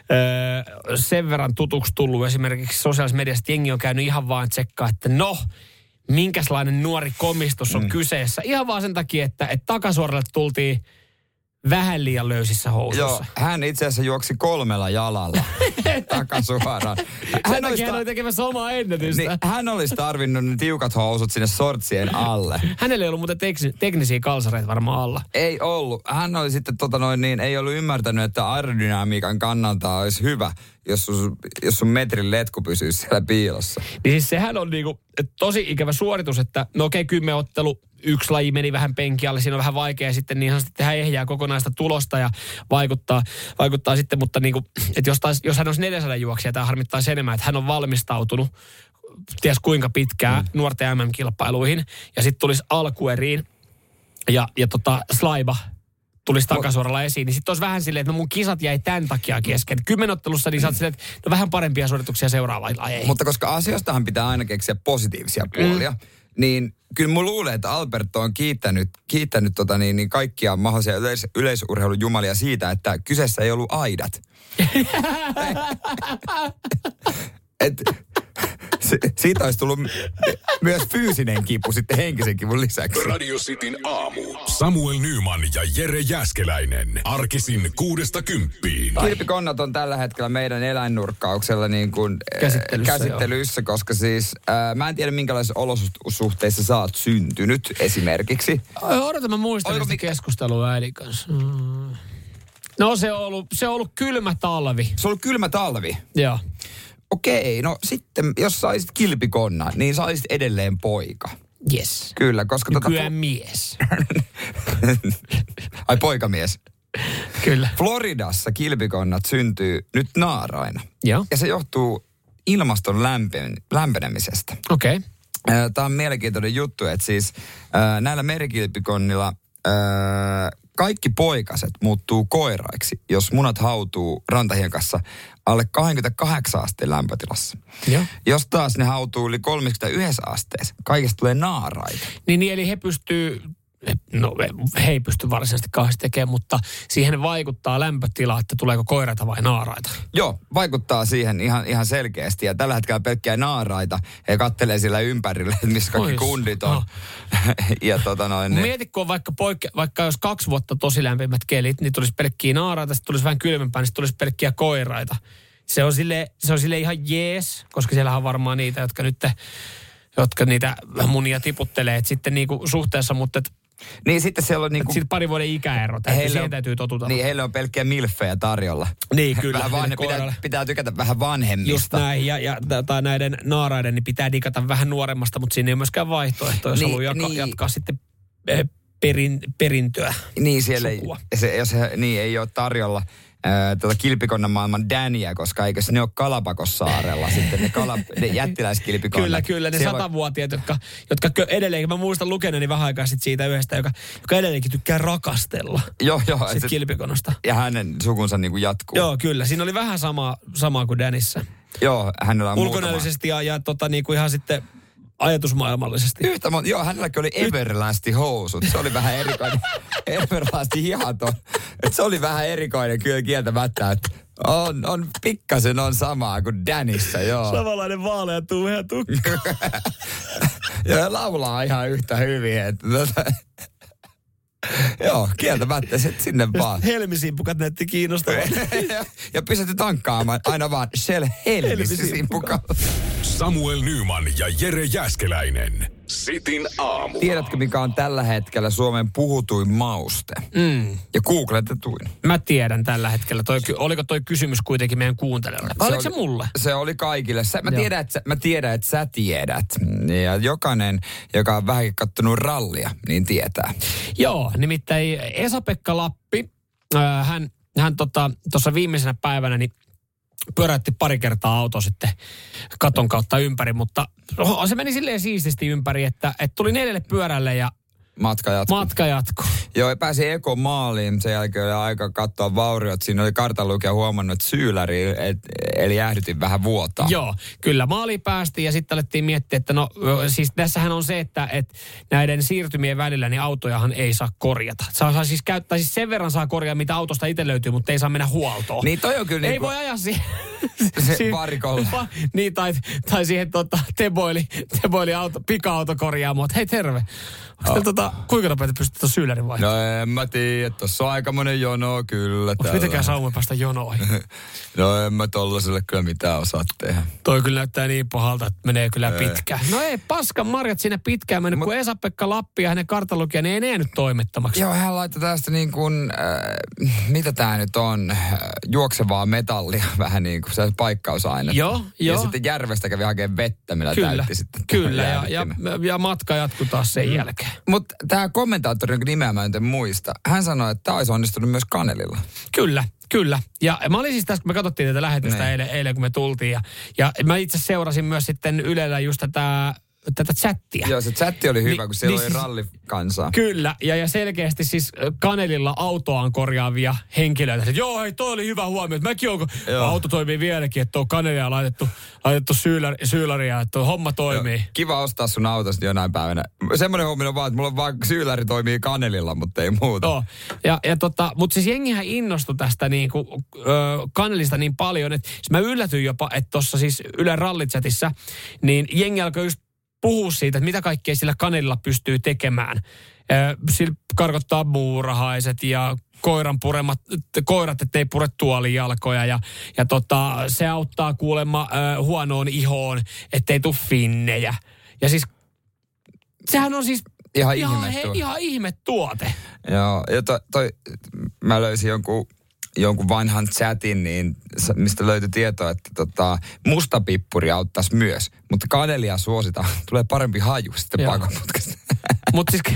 öö, sen verran tutuksi tullut esimerkiksi sosiaalisessa mediassa, jengi on käynyt ihan vaan tsekkaa, että no, minkälainen nuori komistus on mm. kyseessä. Ihan vaan sen takia, että, että takasuoralle tultiin vähän liian löysissä housuissa. Joo, hän itse asiassa juoksi kolmella jalalla takasuoraan. Sen takia hän oli tekemässä omaa ennätystä. Niin, hän olisi tarvinnut ne tiukat housut sinne sortsien alle. Hänellä ei ollut muuten tek- teknisiä kalsareita varmaan alla. Ei ollut. Hän oli sitten tota noin niin, ei ollut ymmärtänyt, että aerodynamiikan kannalta olisi hyvä, jos sun, jos sun metrin letku pysyisi siellä piilossa. Niin siis sehän on niinku tosi ikävä suoritus, että no okei, kymmeottelu, yksi laji meni vähän penki alle, siinä on vähän vaikea sitten niin sanotusti tehdä ehjää kokonaista tulosta ja vaikuttaa, vaikuttaa sitten, mutta niinku, että jos, taas, jos hän olisi neljäsadan juoksija, tämä harmittaisi enemmän, että hän on valmistautunut ties kuinka pitkään mm. nuorten M M-kilpailuihin ja sitten tulisi alkueriin ja, ja tota slaiba tulisi takasuoralla esiin, niin sitten olisi vähän silleen, että no mun kisat jäi tämän takia kesken. Kymmenottelussa niin sä oot silleen, että no vähän parempia suorituksia seuraavaan lajeihin. Mutta koska asioistahan pitää aina keksiä positiivisia puolia. Mm. niin kyllä mä luulen, että Alberto on kiittänyt, kiittänyt tota niin, niin kaikkia mahdollisia yleis- yleisurheilujumalia siitä, että kyseessä ei ollut aidat. Et, se, siitä olisi tullut myös fyysinen kipu sitten henkisen kivun lisäksi. Radio Cityn aamu. Samuel Nyman ja Jere Jääskeläinen. Arkisin kuudesta kymppiin. Kilpikonnat on tällä hetkellä meidän eläinnurkkauksella niin kuin, käsittelyssä, käsittelyssä koska siis äh, mä en tiedä minkälaisissa olosuhteissa sä oot syntynyt esimerkiksi. Odota, mä muistan sitä mikä... keskustelua äidin kanssa. Mm. No se on, ollut, se on ollut kylmä talvi. Se on ollut kylmä talvi? Joo. Okei, no sitten jos saisit kilpikonna, niin saisit edelleen poika. Yes. Kyllä, koska... Nykyään tota, mies. Ai poikamies. Kyllä. Floridassa kilpikonnat syntyy nyt naaraina. Joo. Ja se johtuu ilmaston lämpen, lämpenemisestä. Okei. Okay. Tämä on mielenkiintoinen juttu, että siis äh, näillä merikilpikonnilla äh, kaikki poikaset muuttuu koiraiksi, jos munat hautuu rantahiekassa alle kaksikymmentäkahdeksan asteen lämpötilassa. Joo. Jos taas ne hautuu yli kolmekymmentäyksi asteessa, kaikesta tulee naaraita. Niin, niin eli he pystyy, no he ei pysty varsinaisesti kauheasti tekemään, mutta siihen vaikuttaa lämpötila, että tuleeko koiraita vai naaraita. Joo, vaikuttaa siihen ihan, ihan selkeästi. Ja tällä hetkellä pelkkää naaraita. He kattelee siellä ympärillä, missä kaikki Ois. kundit on. Oh. ja tota noin. Niin. Mietitkö, vaikka, poikke, vaikka jos kaksi vuotta tosi lämpimät kelit, niin tulisi pelkkiä naaraita, sitten tulisi vähän kylmempää, niin sitten tulisi pelkkiä koiraita. Se on sille, se on sille ihan jees, koska siellä on varmaan niitä, jotka nyt, jotka niitä munia tiputtelee, että sitten niinku suhteessa, mutta et, niin sitten siellä on niinku... Sitten pari vuoden ikäero, täytyy, siihen täytyy totuta. Niin, heillä on pelkkiä milfejä tarjolla. Niin, kyllä. Vähän vanhe, pitää, pitää tykätä vähän vanhemmista. Just näin, ja, ja tai näiden naaraiden niin pitää digata vähän nuoremmasta, mutta siinä ei ole myöskään vaihtoehtoa, jos niin, haluaa jaka, niin. jatkaa sitten perin, perintöä. Niin, siellä ei, se, jos he, niin, ei ole tarjolla Äh, tuota kilpikonnan maailman Däniä, koska eikö ne ole Galapagos-saarella sitten ne, kala, ne jättiläiskilpikonnat. Kyllä, kyllä, ne siellä satavuotiaat, jotka, jotka edelleenkin, mä muistan lukeneeni vähän aikaa sit siitä yhdestä, joka, joka edelleenkin tykkää rakastella. Joo, joo. Sit kilpikonnasta. Ja hänen sukunsa niinku jatkuu. Joo, kyllä. Siinä oli vähän sama, samaa kuin Dänissä. Joo, hänellä on ulkonäöllisesti ja, ja tota, niinku ihan sitten ajatusmaailmallisesti. Yhtä monta, joo, hänelläkin oli Everlastin housut. Se oli vähän erikoinen. Everlastin hihaton. Et se oli vähän erikoinen kyllä kieltämättä, että on, on pikkasen on samaa kuin Danissä, joo. Samanlainen vaalea tuuhea tukka. ja laulaa ihan yhtä hyvin, että joo, kieltämättä sinne vaan. Helmisimpukat näytti kiinnostavaa. ja, ja pysähty tankkaamaan aina vaan Shell Helmisimpukat. Samuel Nyman ja Jere Jääskeläinen. Sitin aamu. Tiedätkö, mikä on tällä hetkellä Suomen puhutuin mauste? Mm. Ja googletetuin. Mä tiedän tällä hetkellä. Toi, oliko toi kysymys kuitenkin meidän kuuntelijoille? Vai oliko se mulle? Se oli kaikille. Sä, mä, tiedän, että, mä tiedän, että sä tiedät. Ja jokainen, joka on vähänkin kattonut rallia, niin tietää. Joo, nimittäin Esa-Pekka Lappi, äh, hän, hän tuossa tota, viimeisenä päivänä niin pyöräytti pari kertaa auto sitten katon kautta ympäri, mutta se meni silleen siististi ympäri, että, että tuli neljälle pyörälle ja Matka jatkuu. Matka jatkuu. Joo, ja pääsi Eko maaliin. Sen jälkeen oli aika katsoa vauriot. Siinä oli kartanlukija huomannut, että syylläri, et, eli jäähdytin vähän vuotaa. Joo, kyllä maaliin päästiin ja sitten alettiin miettiä, että no siis tässähän on se, että, että näiden siirtymien välillä niin autojahan ei saa korjata. Saa, saa siis käyttää, siis sen verran saa korjaa, mitä autosta itse löytyy, mutta ei saa mennä huoltoon. Niin toi on kyllä ei niin voi ajaa siihen. Se si- varikolla. Va, niin, tai, tai siihen tota, teboili, teboili auto, pika-auto korjaamaan, että hei terve. Onko oh. tota, kuinka nopeasti pystyt syylärin vaihtamaan? No en mä tiedä, tossa on aikamoinen jono kyllä. Onko mitenkään saumme päästä jonoihin? no en mä tollaselle kyllä mitään osaa tehdä. Toi kyllä näyttää niin pahalta, että menee kyllä ei. pitkään. No ei, paskan marjat siinä pitkään mennyt, Mut, kun Esa-Pekka Lappi ja hänen kartanlukija, niin ei ne jäänyt toimettomaksi. Joo, hän laittoi tästä niin kuin, äh, mitä tää nyt on, äh, juoksevaa metallia, vähän niin kuin se paikkausaine. Joo, joo. Ja sitten järvestä kävi hakemaan vettä, millä kyllä, täytti sitten. Kyllä, ja, ja, ja matka jatkui taas sen mm. jälkeen. Mutta tämä kommentaattori, jonka nimeä mä en muista, hän sanoi, että tämä olisi onnistunut myös kanelilla. Kyllä, kyllä. Ja mä olin siis tässä, kun me katsottiin tätä lähetystä eilen, eilen, kun me tultiin. Ja, ja mä itse seurasin myös sitten Ylellä just tätä tätä chattia. Joo, se chatti oli hyvä, Ni, kun siellä niin oli siis, rallikansaa. Kyllä, ja, ja selkeästi siis Kanelilla autoaan korjaavia henkilöitä. Että joo, hei, toi oli hyvä huomio, että mäkin on, auto toimii vieläkin, että tuo Kanelia on laitettu, laitettu syylari, syyläriä, että tuo homma toimii. Joo, kiva ostaa sun autosta jonain päivänä. Semmoinen homma on vaan, että mulla on vaan syyläri toimii Kanelilla, mutta ei muuta. Joo, ja, ja tota, mutta siis jengihän innostui tästä niinku, ö, Kanelista niin paljon, että siis mä yllätyin jopa, että tuossa siis Yle Rallichatissa, niin jengi alkoi just puhua siitä, että mitä kaikkea sillä Kanelilla pystyy tekemään. Sillä karkottaa muurahaiset ja koiran puremat, koirat, ettei pure tuolijalkoja. Ja, ja tota, se auttaa kuulemma äh, huonoon ihoon, ettei tule finnejä. Ja siis, sehän on siis ihan, ihan, ihme, he, ihan ihme tuote. Joo, ja toi, toi, mä löysin jonkun, jonkun vanhan chatin, niin, mistä löytyi tietoa, että tota, mustapippuri auttaisi myös. Mutta Kanelia suositaan, tulee parempi haju sitten pakoputkesta. Mutta siis...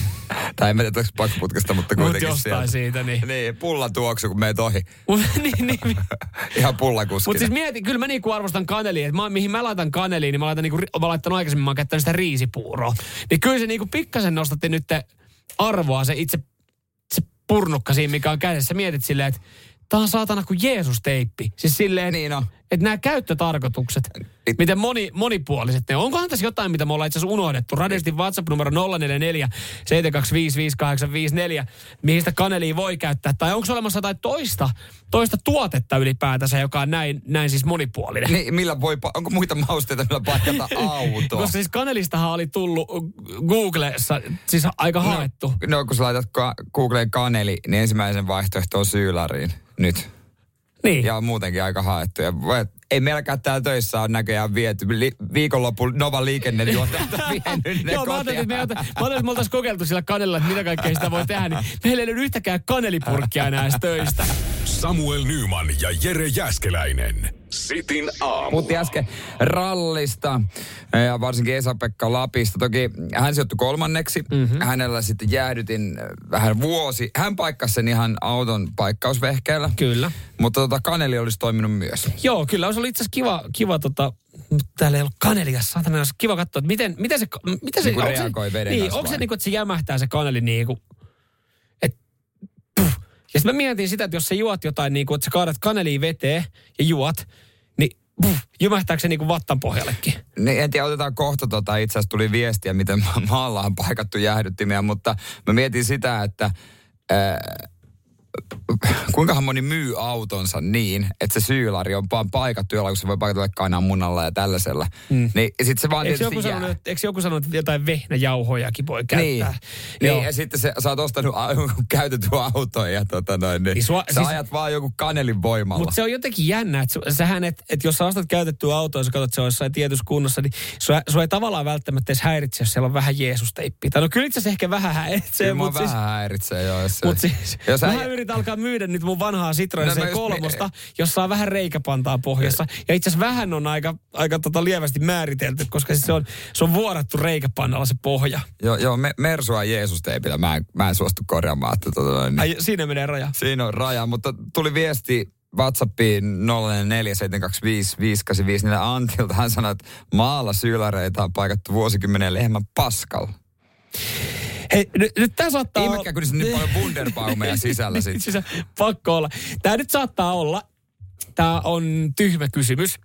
Tai en tiedä, onko pakoputkesta, mutta kuitenkin Mut jostain sieltä. siitä, niin. Niin, pulla tuoksu, kun meet ohi. niin, niin. Ihan pullakuskina. Mutta siis mietin, kyllä mä niinku arvostan Kanelia, että mä, mihin mä laitan Kaneliin, niin mä laitan niinku, mä laittanut aikaisemmin, mä oon käyttänyt sitä riisipuuroa. Niin kyllä se niinku pikkasen nostatti nyt arvoa se itse se purnukka siinä, mikä on kädessä. Mietit silleen, että tää on saatana kuin Jeesus-teippi. Siis silleen, niin on. Että nämä käyttötarkoitukset, It... miten moni, monipuoliset ne on. Onkohan tässä jotain, mitä me ollaan itse asiassa unohdettu? Radistin WhatsApp-numero nolla neljä neljä seitsemän kaksi viisi viisi kahdeksan viisi neljä, mihin sitä Kanelia voi käyttää. Tai onko olemassa jotain toista, toista tuotetta ylipäätänsä, joka on näin, näin siis monipuolinen? Niin, millä voi, onko muita mausteita, millä paikata autoa? Koska siis Kanelistahan oli tullut Googlessa siis aika no, haettu. No, kun sä laitat Googleen Kaneli, niin ensimmäisen vaihtoehto on syylariin nyt. Niin. Ja on muutenkin aika haettu. Ja ei meilläkään täällä töissä on näköjään viety. Li- viikonloppuun Nova liikennejuontajat vienyt ne Joo, mä ajattelin, että me, ota, mä ajattelin, että me oltaisiin kokeiltu sillä kanelilla, että mitä kaikkea sitä voi tehdä. Niin meillä ei ole yhtäkään kanelipurkkia enää edes töistä. Samuel Nyman ja Jere Jääskeläinen. Sitin aamu. Puhuttiin äsken rallista ja varsinkin Esa-Pekka Lapista. Toki hän sijoittui kolmanneksi. Mm-hmm. Hänellä sitten jäädytin vähän vuosi. Hän paikkasi sen ihan auton paikkausvehkeellä. Kyllä. Mutta tota, Kaneli olisi toiminut myös. Joo, kyllä. Olisi ollut itse asiassa kiva, kiva tota, täällä ei ollut Kanelia, saatana, olisi kiva katsoa, että miten, miten se... Miten se niin kuin reagoi veden Niin, kanssa onko se vai? niin kuin, että se jämähtää se Kaneli niin kuin, että puh. Ja sitten mä mietin sitä, että jos sä juot jotain niin kuin, että sä kaadat Kanelia veteen ja juot, niin puh, jymähtääkö se niin kuin vattan pohjallekin? Niin, en tiedä, otetaan kohta tota, itse asiassa tuli viestiä, miten ma- maalla on paikattu jäähdyttimiä, mutta mä mietin sitä, että ää, kuinkahan moni myy autonsa niin, että se syylari on vaan paikattu jollain, kun se voi paikata kananmunalla ja tällaisella. Mm. Niin, ja sit se vaan eikö tietysti joku, jää. sanonut, eikö joku sanonut, että jotain vehnäjauhojakin voi käyttää? Niin, niin ja sitten se, sä oot ostanut käytetyn auton ja tota noin, niin, niin sua, sä siis, ajat vaan joku Kanelin voimalla. Mutta se on jotenkin jännä, että sähän, että et jos sä ostat käytettyä autoa ja sä katsot, että se on jossain tietyssä kunnossa, niin sua, sua ei tavallaan välttämättä edes häiritse, jos siellä on vähän Jeesus-teippiä. Tai no kyllä itse asiassa ehkä vähän häiritsee. Kyllä mutta vähän siis, häiritsee, joo. Mutta siis, jos mä ä... yritän alkaa myydä nyt mun vanhaa Citroen no, C kolme, jossa on vähän reikäpantaa pohjassa. Ja itse asiassa vähän on aika, aika tota lievästi määritelty, koska siis se on, se on vuorattu reikäpannalla se pohja. Joo, joo me, Mersua Jeesus-teipillä mä en, mä en suostu korjaamaan. Että tota, niin, Ai, siinä menee raja. Siinä on raja, mutta tuli viesti WhatsAppiin nolla neljä seitsemän kaksi viisi viisi kahdeksan viisi neljä Antilta. Hän sanoi, että maalla syyläreitä on paikattu vuosikymmenen lehmän paskalla. Hei, nyt, nyt tää saattaa olla... Ihmekään, kun se niin paljon wunderbaumeja sisällä sit. Siis pakko olla. Tää nyt saattaa olla, tää on tyhmä kysymys.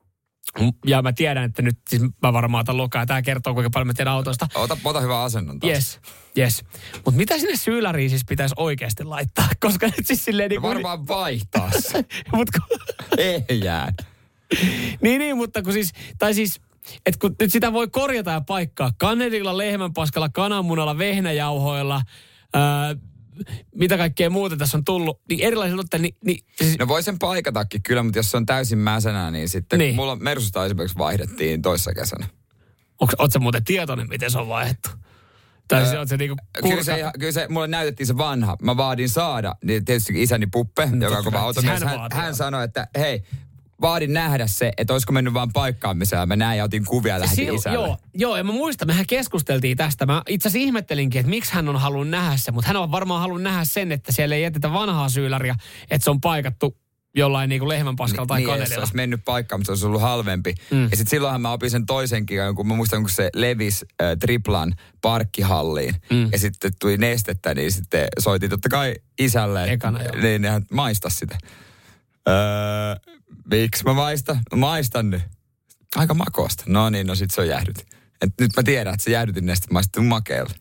Ja mä tiedän, että nyt siis mä varmaan otan lokaa. Tää kertoo, kuinka paljon mä tiedän autosta. Ota, ota hyvä asennon taas. Yes, yes. Mutta mitä sinne syyläriin siis pitäisi oikeasti laittaa? Koska nyt siis silleen... Niin no varmaan vaihtaa se. Mut kun... Ei jää. niin, niin, mutta kun siis... Tai siis... Että kun nyt sitä voi korjata ja paikkaa kanelilla, lehmänpaskalla, kananmunalla, vehnäjauhoilla, ää, mitä kaikkea muuta tässä on tullut, niin erilaisilla niin, niin siis... No voi sen paikatakin kyllä, mutta jos se on täysin mäsänä, niin sitten niin. Mulla Mersusta esimerkiksi vaihdettiin toissa kesänä. Oletko sä muuten tietoinen, miten se on vaihdettu? Tai öö, se niinku kyllä, se, kyllä se, mulle näytettiin se vanha. Mä vaadin saada, niin tietysti isäni Puppe, no, joka on kova automies, hän, hän, hän sanoi, että hei, vaadin nähdä se, että olisiko mennyt vaan paikkaamiseen. Mä näin ja otin kuvia ja lähetin isälle. Joo, joo, ja mä muistan, mehän keskusteltiin tästä. Mä itse asiassa ihmettelinkin, että miksi hän on halunnut nähdä se, mutta hän on varmaan halunnut nähdä sen, että siellä ei jätetä vanhaa syyläriä, että se on paikattu jollain niinku lehmänpaskalla tai niin, kanelilla. Se olisi mennyt paikkaan, mutta se olisi ollut halvempi. Mm. Ja sitten silloinhan mä opin sen toisenkin, kun mä muistan, kun se levisi äh, Triplan parkkihalliin. Mm. Ja sitten tuli nestettä, niin sitten soitin totta kai isälle. Ekana, joo. Niin hän maista sitä. Öö, miksi mä maistan? No maistan nyt. Aika makosta. No niin, no sit se on jäähdytin. Et nyt mä tiedän, että se jäähdytin nestettä maistuu makealle.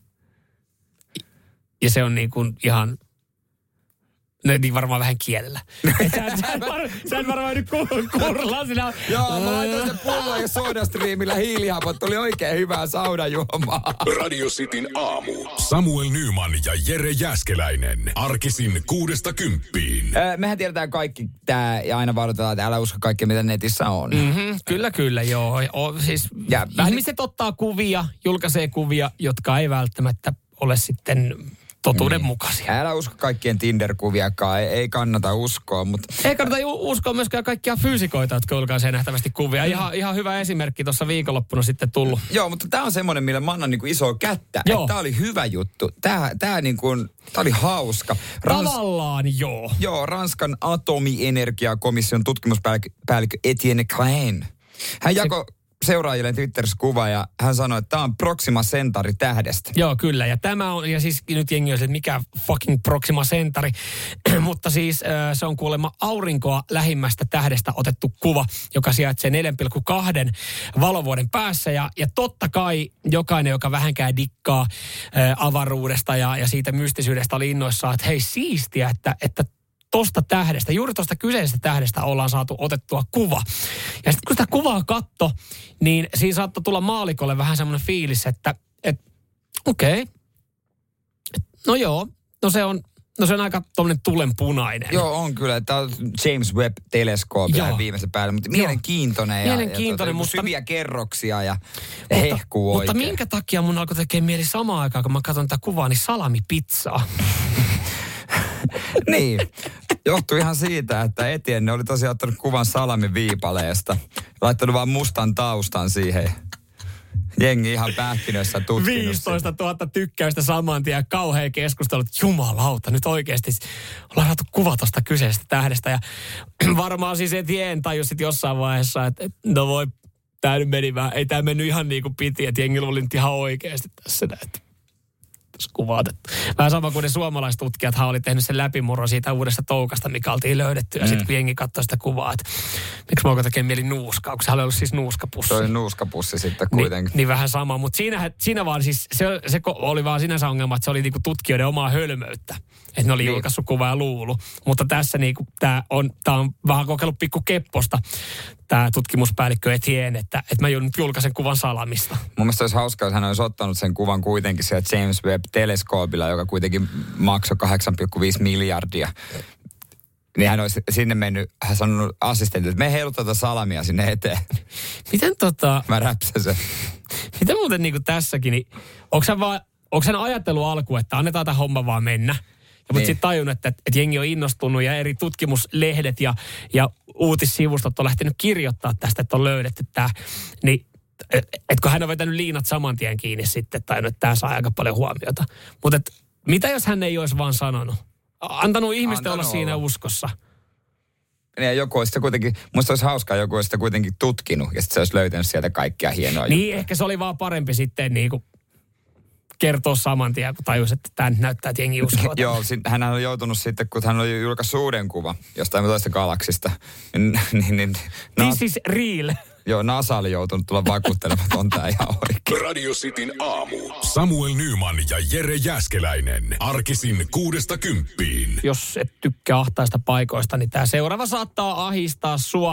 Ja se on niin kuin ihan... No niin varmaan vähän kielellä. Et sä, sä, et var, sä et varmaan nyt kurlaa sinä. Joo, mä laitoin sen pullon ja SodaStreamillä hiilihapot. Tuli oikein hyvää saunajuomaa. Radio Cityn aamu. Samuel Nyman ja Jere Jääskeläinen. Arkisin kuudesta kymppiin. Öö, mehän tiedetään kaikki tää ja aina varoitetaan, että älä usko kaikkea, mitä netissä on. Mm-hmm, kyllä, kyllä, joo. O, siis ja ihmiset ottaa kuvia, julkaisee kuvia, jotka ei välttämättä ole sitten... totuudenmukaisia. Niin. Älä usko kaikkien Tinder-kuviakaan, ei, ei kannata uskoa, mutta... Ei kannata uskoa myöskään kaikkia fyysikoita, jotka julkaisee nähtävästi kuvia. Mm. Ihan, ihan hyvä esimerkki tuossa viikonloppuna sitten tullut. Joo, mutta tämä on semmoinen, millä mä annan niinku isoa kättä. Tämä oli hyvä juttu. Tämä tää niinku, tää oli hauska. Rans... Tavallaan joo. Joo, Ranskan atomienergiakomission tutkimuspäällikkö Etienne Klein. Hän jakoi... Se... seuraajille Twitterissä kuva ja hän sanoi, että tämä on Proxima Centauri tähdestä. Joo, kyllä. Ja tämä on, ja siis nyt jengi on se, että mikä fucking Proxima Centauri. Mutta siis se on kuulemma aurinkoa lähimmästä tähdestä otettu kuva, joka sijaitsee neljä pilkku kaksi valovuoden päässä. Ja, ja totta kai jokainen, joka vähänkään dikkaa ä, avaruudesta ja, ja siitä mystisyydestä oli innoissaan, että hei siistiä, että, että tosta tähdestä, juuri tosta kyseisestä tähdestä ollaan saatu otettua kuva. Ja sitten kun sitä kuvaa katto, niin siinä saattoi tulla maalikolle vähän semmoinen fiilis, että et, okei, okay. no joo, no se on, no se on aika tommoinen tulenpunainen. Joo, on kyllä. Tämä on James Webb-teleskoopi viimeisen päälle, mutta mielenkiintoinen. Ja, mielenkiintoinen, ja mutta... syviä kerroksia ja, ja hehkuu oikein. Mutta minkä takia mun alkoi tekemään mieli samaan aikaan, kun mä katson tätä kuvaa, niin salamipizzaa. Niin, johtui ihan siitä, että Etienne oli tosiaan ottanut kuvan salamiviipaleesta. Laittanut vaan mustan taustan siihen. Jengi ihan pähkinössä tutkinut. viisitoista tuhatta tykkäystä saman tien, kauhea keskustelu. Jumalauta, nyt oikeasti ollaan saatu kuva tuosta kyseisestä tähdestä. Ja varmaan siis Etienne tajus sitten jossain vaiheessa, että, että no voi, tää nyt meni vähän, ei tää mennyt ihan niin kuin piti, että jengi oli nyt ihan oikeasti tässä näet. Kuvatettu. Vähän sama kuin ne suomalaistutkijathan oli tehnyt sen läpimurron siitä uudesta toukasta, mikä oltiin löydetty. Ja mm. sitten kun jengi katsoi sitä kuvaa, että miksi mä oon tekemään mieli nuuskaa, kun se oli ollut siis nuuskapussi. Se oli nuuskapussi sitten kuitenkin. Ni, niin vähän sama, mutta siinä, siinä vaan siis, se, se oli vaan sinänsä ongelma, että se oli niinku tutkijoiden omaa hölmöyttä. Että ne oli niin. julkaissut kuvaa ja luulu. Mutta tässä niinku, tää on, tää on vähän kokeillut pikku kepposta, tämä tutkimuspäällikkö Etienne, että, että mä nyt julkaisen kuvan salamista. Mun mielestä olisi hauskaa, jos hän olisi ottanut sen kuvan kuitenkin siellä James Webb-teleskoopilla, joka kuitenkin maksoi kahdeksan pilkku viisi miljardia. Niin hän olisi sinne mennyt, hän sanonut assistentille, että me heilutaan tätä salamia sinne eteen. Miten tota... Mä räpsäsen. Miten muuten niin kuin tässäkin, niin onko sä, vaan, onko sä ajatellut alku, että annetaan tämä homma vaan mennä? Ja mutta niin. sitten tajunnut, että, että jengi on innostunut ja eri tutkimuslehdet ja, ja uutissivustot on lähtenyt kirjoittaa tästä, että on löydetty tämä. Niin, että hän on vetänyt liinat saman tien kiinni sitten, tai että tämä saa aika paljon huomiota. Mutta mitä jos hän ei olisi vaan sanonut? Antanut ihmisten Antanut olla siinä olla. uskossa. Ja joku olisi sitä kuitenkin, musta olisi hauskaa, joku olisi sitä kuitenkin tutkinut, ja sitten se olisi löytänyt sieltä kaikkia hienoja Niin, juttuja. ehkä se oli vaan parempi sitten niin kuin kertoa saman tien, kun tajus, että tämä näyttää, että jengi uskoo. Joo, hän on joutunut sitten, kun hän oli julkaissut uuden kuva jostain toista galaksista. Niin, niin, niin, This is real. Joo, NASA oli joutunut tulla vakuuttelemaan, että on tämä ihan oikein. Radio Cityn aamu. Samuel Nyman ja Jere Jääskeläinen. Arkisin kuudesta kymppiin. Jos et tykkää ahtaista paikoista, niin tämä seuraava saattaa ahistaa sua.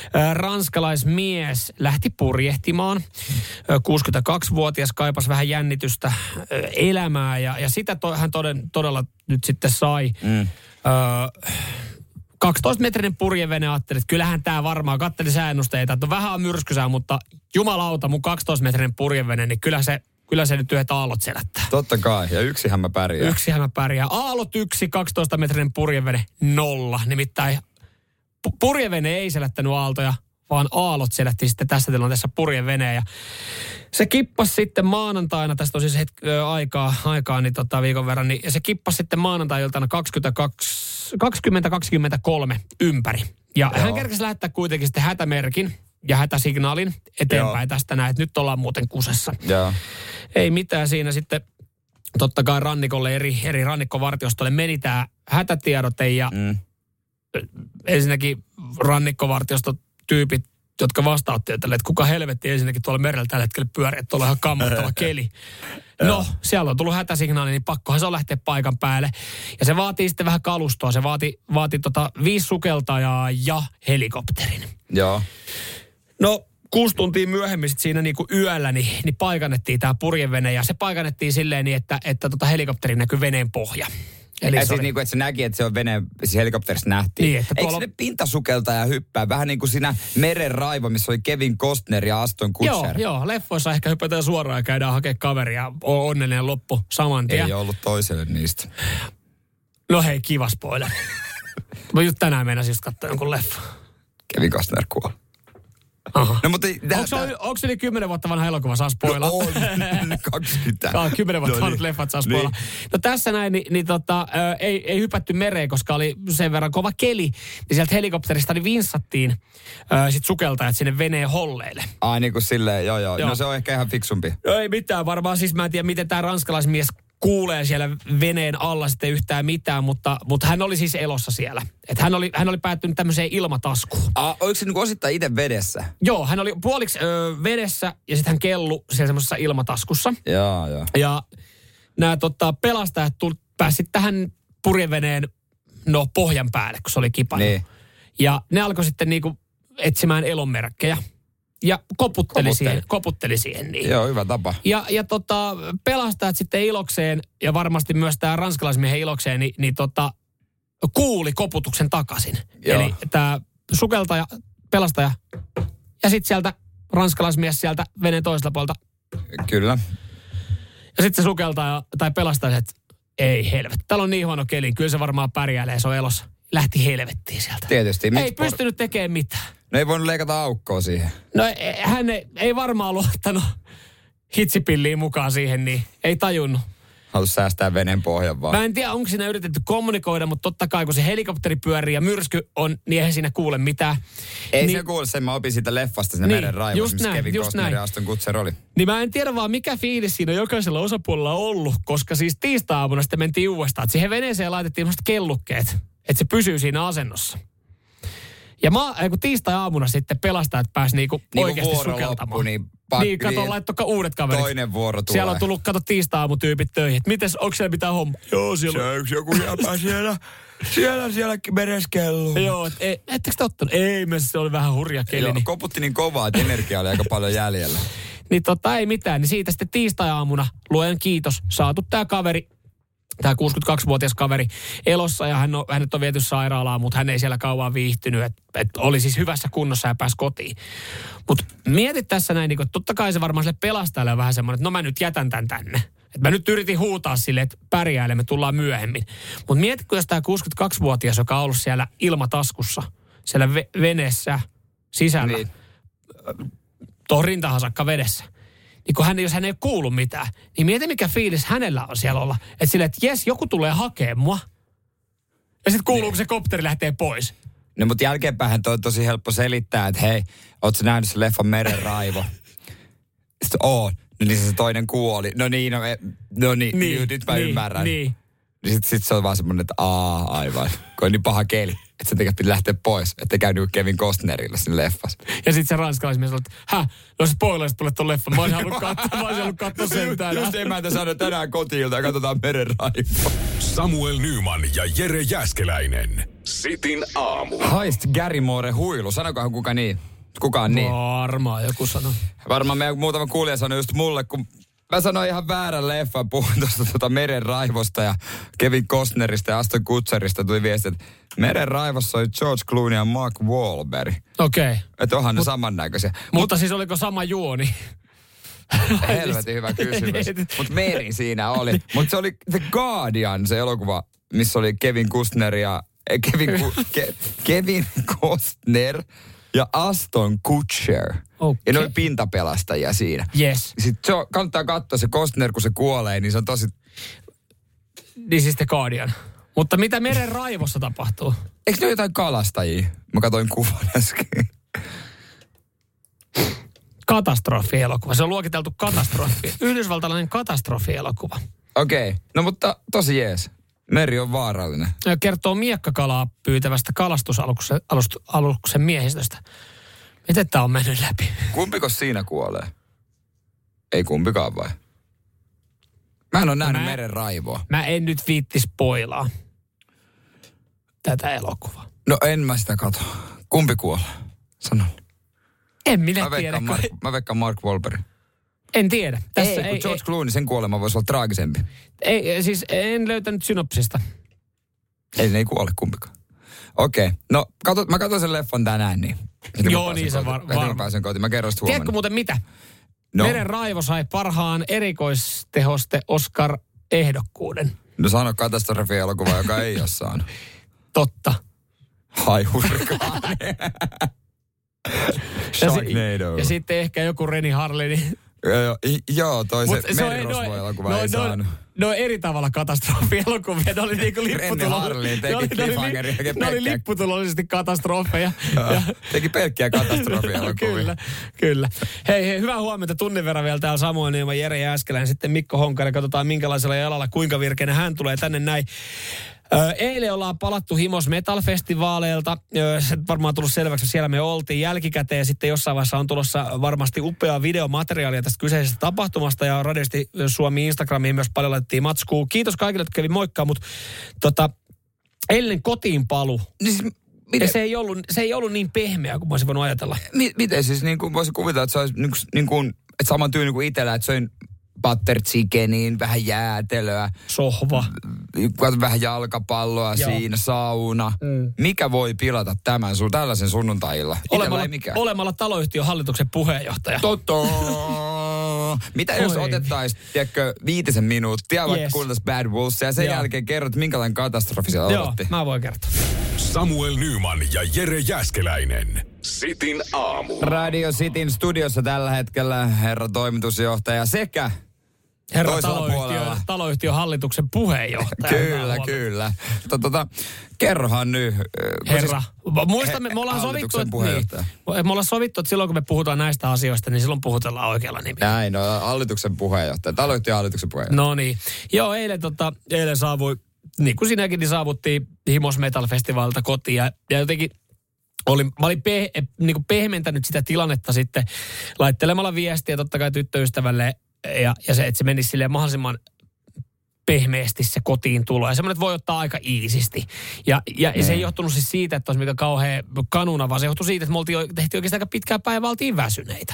Ranskalaismies lähti purjehtimaan. kuusikymmentäkaksivuotias kaipasi vähän jännitystä elämää ja, ja sitä to, hän toden, todella nyt sitten sai. Mm. Öö, kaksitoistametrinen purjevene, ajattelin, että kyllähän tämä varmaan, katselin sääennusteita, että on vähän myrskysää, mutta jumalauta, mun kaksitoistametrinen purjevene, niin kyllä se, kyllä se nyt yhdet aallot selättää. Totta kai, ja yksihän mä pärjään. Yksihän mä pärjään. Aallot yksi, kaksitoistametrinen purjevene, nolla. Nimittäin purjevene ei selättänyt aaltoja, vaan aallot selätti sitten tässä tilanteessa purjeveneen. Ja se kippasi sitten maanantaina, tästä on siis hetki, ö, aikaa, aikaa niin tota viikon verran, niin se kippasi sitten maanantai-iltana kaksikymmentä kaksikymmentäkolme ympäri. Ja Joo. hän kerkesi lähettää kuitenkin sitten hätämerkin ja hätäsignaalin eteenpäin Joo. tästä näin, että nyt ollaan muuten kusessa. Joo. Ei mitään siinä sitten. Totta kai rannikolle, eri, eri rannikkovartiostolle meni tämä hätätiedote ja mm. ensinnäkin rannikkovartiostotyypit, jotka vastauttivat tälle, että kuka helvetti ensinnäkin tuolla merellä tällä hetkellä pyörii, että tuolla on ihan kammottava keli. No, siellä on tullut hätäsignaali, niin pakkohan se on lähteä paikan päälle. Ja se vaatii sitten vähän kalustoa. Se vaati, vaati tota viisi sukeltajaa ja helikopterin. Joo. No, kuusi tuntia myöhemmin sit siinä niinku yöllä niin, niin paikannettiin tämä purjevene. Ja se paikannettiin silleen niin, että, että tota helikopterin näkyy veneen pohja. Eli ja se siis oli... niin kuin, että se näki, että se on vene, siis helikopterissa nähtiin. Niin, että Eikö tuolla... sinne pintasukeltaja hyppää? Vähän niin kuin siinä Meren raivo, missä oli Kevin Costner ja Aston Kutcher. Joo, joo. Leffoissa ehkä hypätään suoraan ja käydään hakemaan kaveria. On onnellinen loppu saman tien. Ei ollut toiselle niistä. No hei, kiva spoiler. Mä just tänään meinasin just katsoa jonkun leffa. Kevin Costner kuoli. Aha. No, mutta onko, se, onko se yli kymmenen vuotta vanha elokuva, saa spoilaa? No on, kaksikymmentä. kymmenen vuotta no vanhat niin. leffat saa spoilaa. Niin. No tässä näin, niin, niin tota, ä, ei, ei hypätty mereen, koska oli sen verran kova keli. Niin sieltä helikopterista niin vinssattiin ä, sit sukeltajat sinne veneen holleille. Ai niin kuin silleen, joo, joo joo. No se on ehkä ihan fiksumpi. No ei mitään, varmaan siis mä en tiedä, miten tämä ranskalaismies kuulee siellä veneen alla sitten yhtään mitään, mutta, mutta hän oli siis elossa siellä. Että hän oli, hän oli päättynyt tämmöiseen ilmataskuun. Ah, oliko se niin osittain itse vedessä? Joo, hän oli puoliksi ö, vedessä ja sitten hän kellu siellä semmoisessa ilmataskussa. Joo, joo. Ja nämä tota, pelastajat pääsivät tähän purjeveneen no, pohjan päälle, kun se oli kipannut. Niin. Ja ne alkoi sitten niinku etsimään elonmerkkejä. Ja koputteli, koputteli. siihen. Koputteli siihen niin. Joo, hyvä tapa. Ja, ja tota, pelastajat sitten ilokseen, ja varmasti myös tämä ranskalaismiehen ilokseen, niin, niin tota, kuuli koputuksen takaisin. Joo. Eli tämä sukeltaja, pelastaja, ja sitten sieltä ranskalaismies sieltä veneen toiselta puolta. Kyllä. Ja sitten se sukeltaja tai pelastaja, että ei helvetti, täällä on niin huono keli, kyllä se varmaan pärjäilee, se on elossa. Lähti helvettiin sieltä. Tietysti. Ei por... pystynyt tekemään mitään. No ei voinut leikata aukkoa siihen. No hän ei, ei varmaan luottanut hitsipilliin mukaan siihen, niin ei tajunnut. Haluaisi säästää veneen pohjan vaan. Mä en tiedä, onko siinä yritetty kommunikoida, mutta totta kai kun se helikopteri pyörii ja myrsky on, niin eihän siinä kuule mitään. Ei niin, siinä kuule sen, mä opin siitä leffasta siinä niin, Meren raivossa, missä Kevin Costner ja Aston Kutcher oli. Niin mä en tiedä vaan, mikä fiilis siinä jokaisella osapuolella on ollut, koska siis tiistai-aamuna sitten mentiin uudestaan, että siihen veneeseen laitettiin semmoiset kellukkeet, että se pysyy siinä asennossa. Ja mä, kun tiistai-aamuna sitten pelastajat pääsi niinku niin oikeasti sukeltamaan. Loppu, niin, pak- niin, kato, laittoi uudet kaverit. Toinen vuoro tulee. Siellä on tullut, kato, tiistai-aamutyypit töihin. Että mites, onko siellä mitään hommaa? Joo, siellä on. Se on yksi joku jäpä siellä, siellä, siellä mereskelluu. Joo, et, et, ettekö te ottanut? Ei, se oli vähän hurja keli. Joo, niin. koputti niin kovaa, että energia oli aika paljon jäljellä. Niin tota, ei mitään. Niin siitä sitten tiistai-aamuna, luojan kiitos, saatu tää kaveri, tämä kuusikymmentäkaksivuotias kaveri elossa ja hän on, hänet on viety sairaalaan, mutta hän ei siellä kauan viihtynyt. Että et oli siis hyvässä kunnossa ja pääsi kotiin. Mutta mietit tässä näin, että totta kai se varmaan sille pelastajalle on vähän semmoinen, että no mä nyt jätän tän tänne. Että mä nyt yritin huutaa sille, että pärjäälle, me tullaan myöhemmin. Mutta mietitkö, jos tämä kuusikymmentäkaksivuotias, joka on ollut siellä ilmataskussa, siellä ve- veneessä sisällä, niin. tuohon rintahan saakka vedessä. Niin kun hän, jos hän ei kuulu mitään, niin mieti mikä fiilis hänellä on siellä olla. Että silleen, että jes, joku tulee hakemaan mua. Ja sitten kuuluu, niin. kun se kopteri lähtee pois. No mutta jälkeenpäin toi on tosi helppo selittää, että hei, ootko nähnyt se leffan Meren raivo? Sitten oon. No niin se toinen kuoli. No niin, no, no niin, niin nyt mä niin, ymmärrän. Niin. Niin sitten sit se on vaan semmoinen, että aa, aivan. Kun on niin paha keli, että sen takia piti lähteä pois. Että käynyt Kevin Costnerilla siinä leffassa. Ja sitten se ranskalaismies sanoi, että häh, no spoilaisit mulle ton leffan. Mä olisin halunnut katsoa, mä olisin halunnut katsoa sen tänään. Just emäntä sanoi tänään kotiilta ja katsotaan Meren raivoa. Samuel Nyman ja Jere Jääskeläinen. Sitin aamu. Haist Gary Moore huilu. Sanokohan kuka niin? Kuka on niin? Varmaan joku sanoo. Varmaan meidän muutama kuulija sanoi just mulle, kun mä sanoin ihan väärän leffan, puhuin tuosta tuota Meren raivosta ja Kevin Costnerista ja Aston Kutcherista tuli viesti, että Meren raivossa oli George Clooney ja Mark Wahlberg. Okei. Okay. Että onhan Mut, ne samannäköisiä. Mutta Mut, siis oliko sama juoni? Helvetin hyvä kysymys. Mutta Meri siinä oli. Mutta se oli The Guardian, se elokuva, missä oli Kevin Costner ja... Kevin, Ku, Ke, Kevin Costner ja Aston Kutcher. Okay. Ja ne oli pintapelastajia siinä. Yes. Sitten se on, kannattaa katsoa se Costner, kun se kuolee, niin se on tosi... Niin siis The Guardian. Mutta mitä meren raivossa tapahtuu? Eikö ne ole jotain kalastajia? Mä katsoin kuvan äsken. Katastrofielokuva. Se on luokiteltu katastrofi. Yhdysvaltalainen katastrofielokuva. Okei. Okay. No mutta tosi jees. Meri on vaarallinen. Kertoo miekkakalaa pyytävästä kalastusaluksen alust, aluksen miehistöstä. Miten tää on mennyt läpi? Kumpiko siinä kuolee? Ei kumpikaan vai? Mä en ole nähnyt mä, meren raivoa. Mä en nyt viitti spoilaa tätä elokuvaa. No en mä sitä katso. Kumpi kuolee? Sano. En minä mä tiedä. Mark, mä veikkaan Mark Wahlberg. En tiedä. Tässä ei, kun ei, George ei, Clooney, sen kuolema voisi olla traagisempi. Ei, siis en löytänyt synopsista. Ei, ne ei kuole kumpikaan. Okei. Okay. No, kato, mä katson sen leffan tänään, niin. Heti Joo, niin se var, varmaan. Mä pääsen kotiin. Mä kerron sitä huomenna. Tiedätkö muuten mitä? No. Meren raivo sai parhaan erikoistehoste Oscar-ehdokkuuden. No sano katastrofielokuva, joka ei ole saanut. Totta. Hai hurkaan. ja, ja sitten ehkä joku Renny Harlin. Joo, joo, toi Mut se Merirosvo-elokuva no, ei no, saanut. Ne on eri tavalla katastrofielokuvia. Ne oli niinku lipputulollisesti katastrofeja. Ja, teki pelkkiä katastrofielokuvia. Kyllä, kyllä. Hei, hei, hyvää huomenta. Tunnin verran vielä täällä Samuel Niema, Jere Jääskeläinen, sitten Mikko Honkanen. Katsotaan minkälaisella jalalla, kuinka virkeänä hän tulee tänne näin. Eilen ollaan palattu Himos Metal-festivaaleilta. Se varmaan tullut selväksi, että siellä me oltiin jälkikäteen. Sitten jossain vaiheessa on tulossa varmasti upeaa videomateriaalia tästä kyseisestä tapahtumasta. Ja Radiosti Suomi Instagramiin myös paljon laitettiin matskua. Kiitos kaikille, jotka kävi moikkaa, mutta tota, eilen kotiin palu. Siis, ja se ei, ollut, se ei ollut niin pehmeä kuin mä olisin voinut ajatella. M- miten siis niin kuin voisi kuvitella, että se olisi niin kuin, niin kuin, että saman tyyli kuin itsellä, että söin butter chickeniin, vähän jäätelöä. Sohva. Vähän jalkapalloa Joo. siinä, sauna. Mm. Mikä voi pilata tämän sun tällaisen sunnuntailla? Olemalla, olemalla taloyhtiön hallituksen puheenjohtaja. Totta. Mitä Oi. jos otettaisiin, tiedätkö, viitisen minuuttia, vaikka yes. kuultaisiin Bad Wolves, ja sen Joo. jälkeen kerrot, minkälainen katastrofi siellä Joo, odotti? mä voin kertoa. Samuel Nyman ja Jere Jääskeläinen. Sitin aamu. Radio Cityn studiossa tällä hetkellä herra toimitusjohtaja sekä herra taloyhtiö, taloyhtiön hallituksen puheenjohtaja. Kyllä, kyllä. Tota, kerrohan nyt. Herra, muistamme, me ollaan sovittu, että, niin, me ollaan sovittu, että silloin kun me puhutaan näistä asioista, niin silloin puhutellaan oikealla nimellä. Näin, no hallituksen puheenjohtaja, taloyhtiön hallituksen puheenjohtaja. No niin. Joo, eilen, tota, eilen saavui, niin kuin sinäkin, niin saavuttiin Himos Metal-festivalilta kotiin ja, ja jotenkin Olin, mä olin peh, niin kuin pehmentänyt sitä tilannetta sitten laittelemalla viestiä totta kai tyttöystävälle ja, ja se, että se menisi silleen mahdollisimman pehmeästi se kotiin tulo. Ja semmoinen, että voi ottaa aika iisisti. Ja, ja, ja se ei johtunut siis siitä, että olisi mikä kauhean kanuna, vaan se johtui siitä, että me oltiin, tehtiin oikeastaan aika pitkää päivää, oltiin väsyneitä.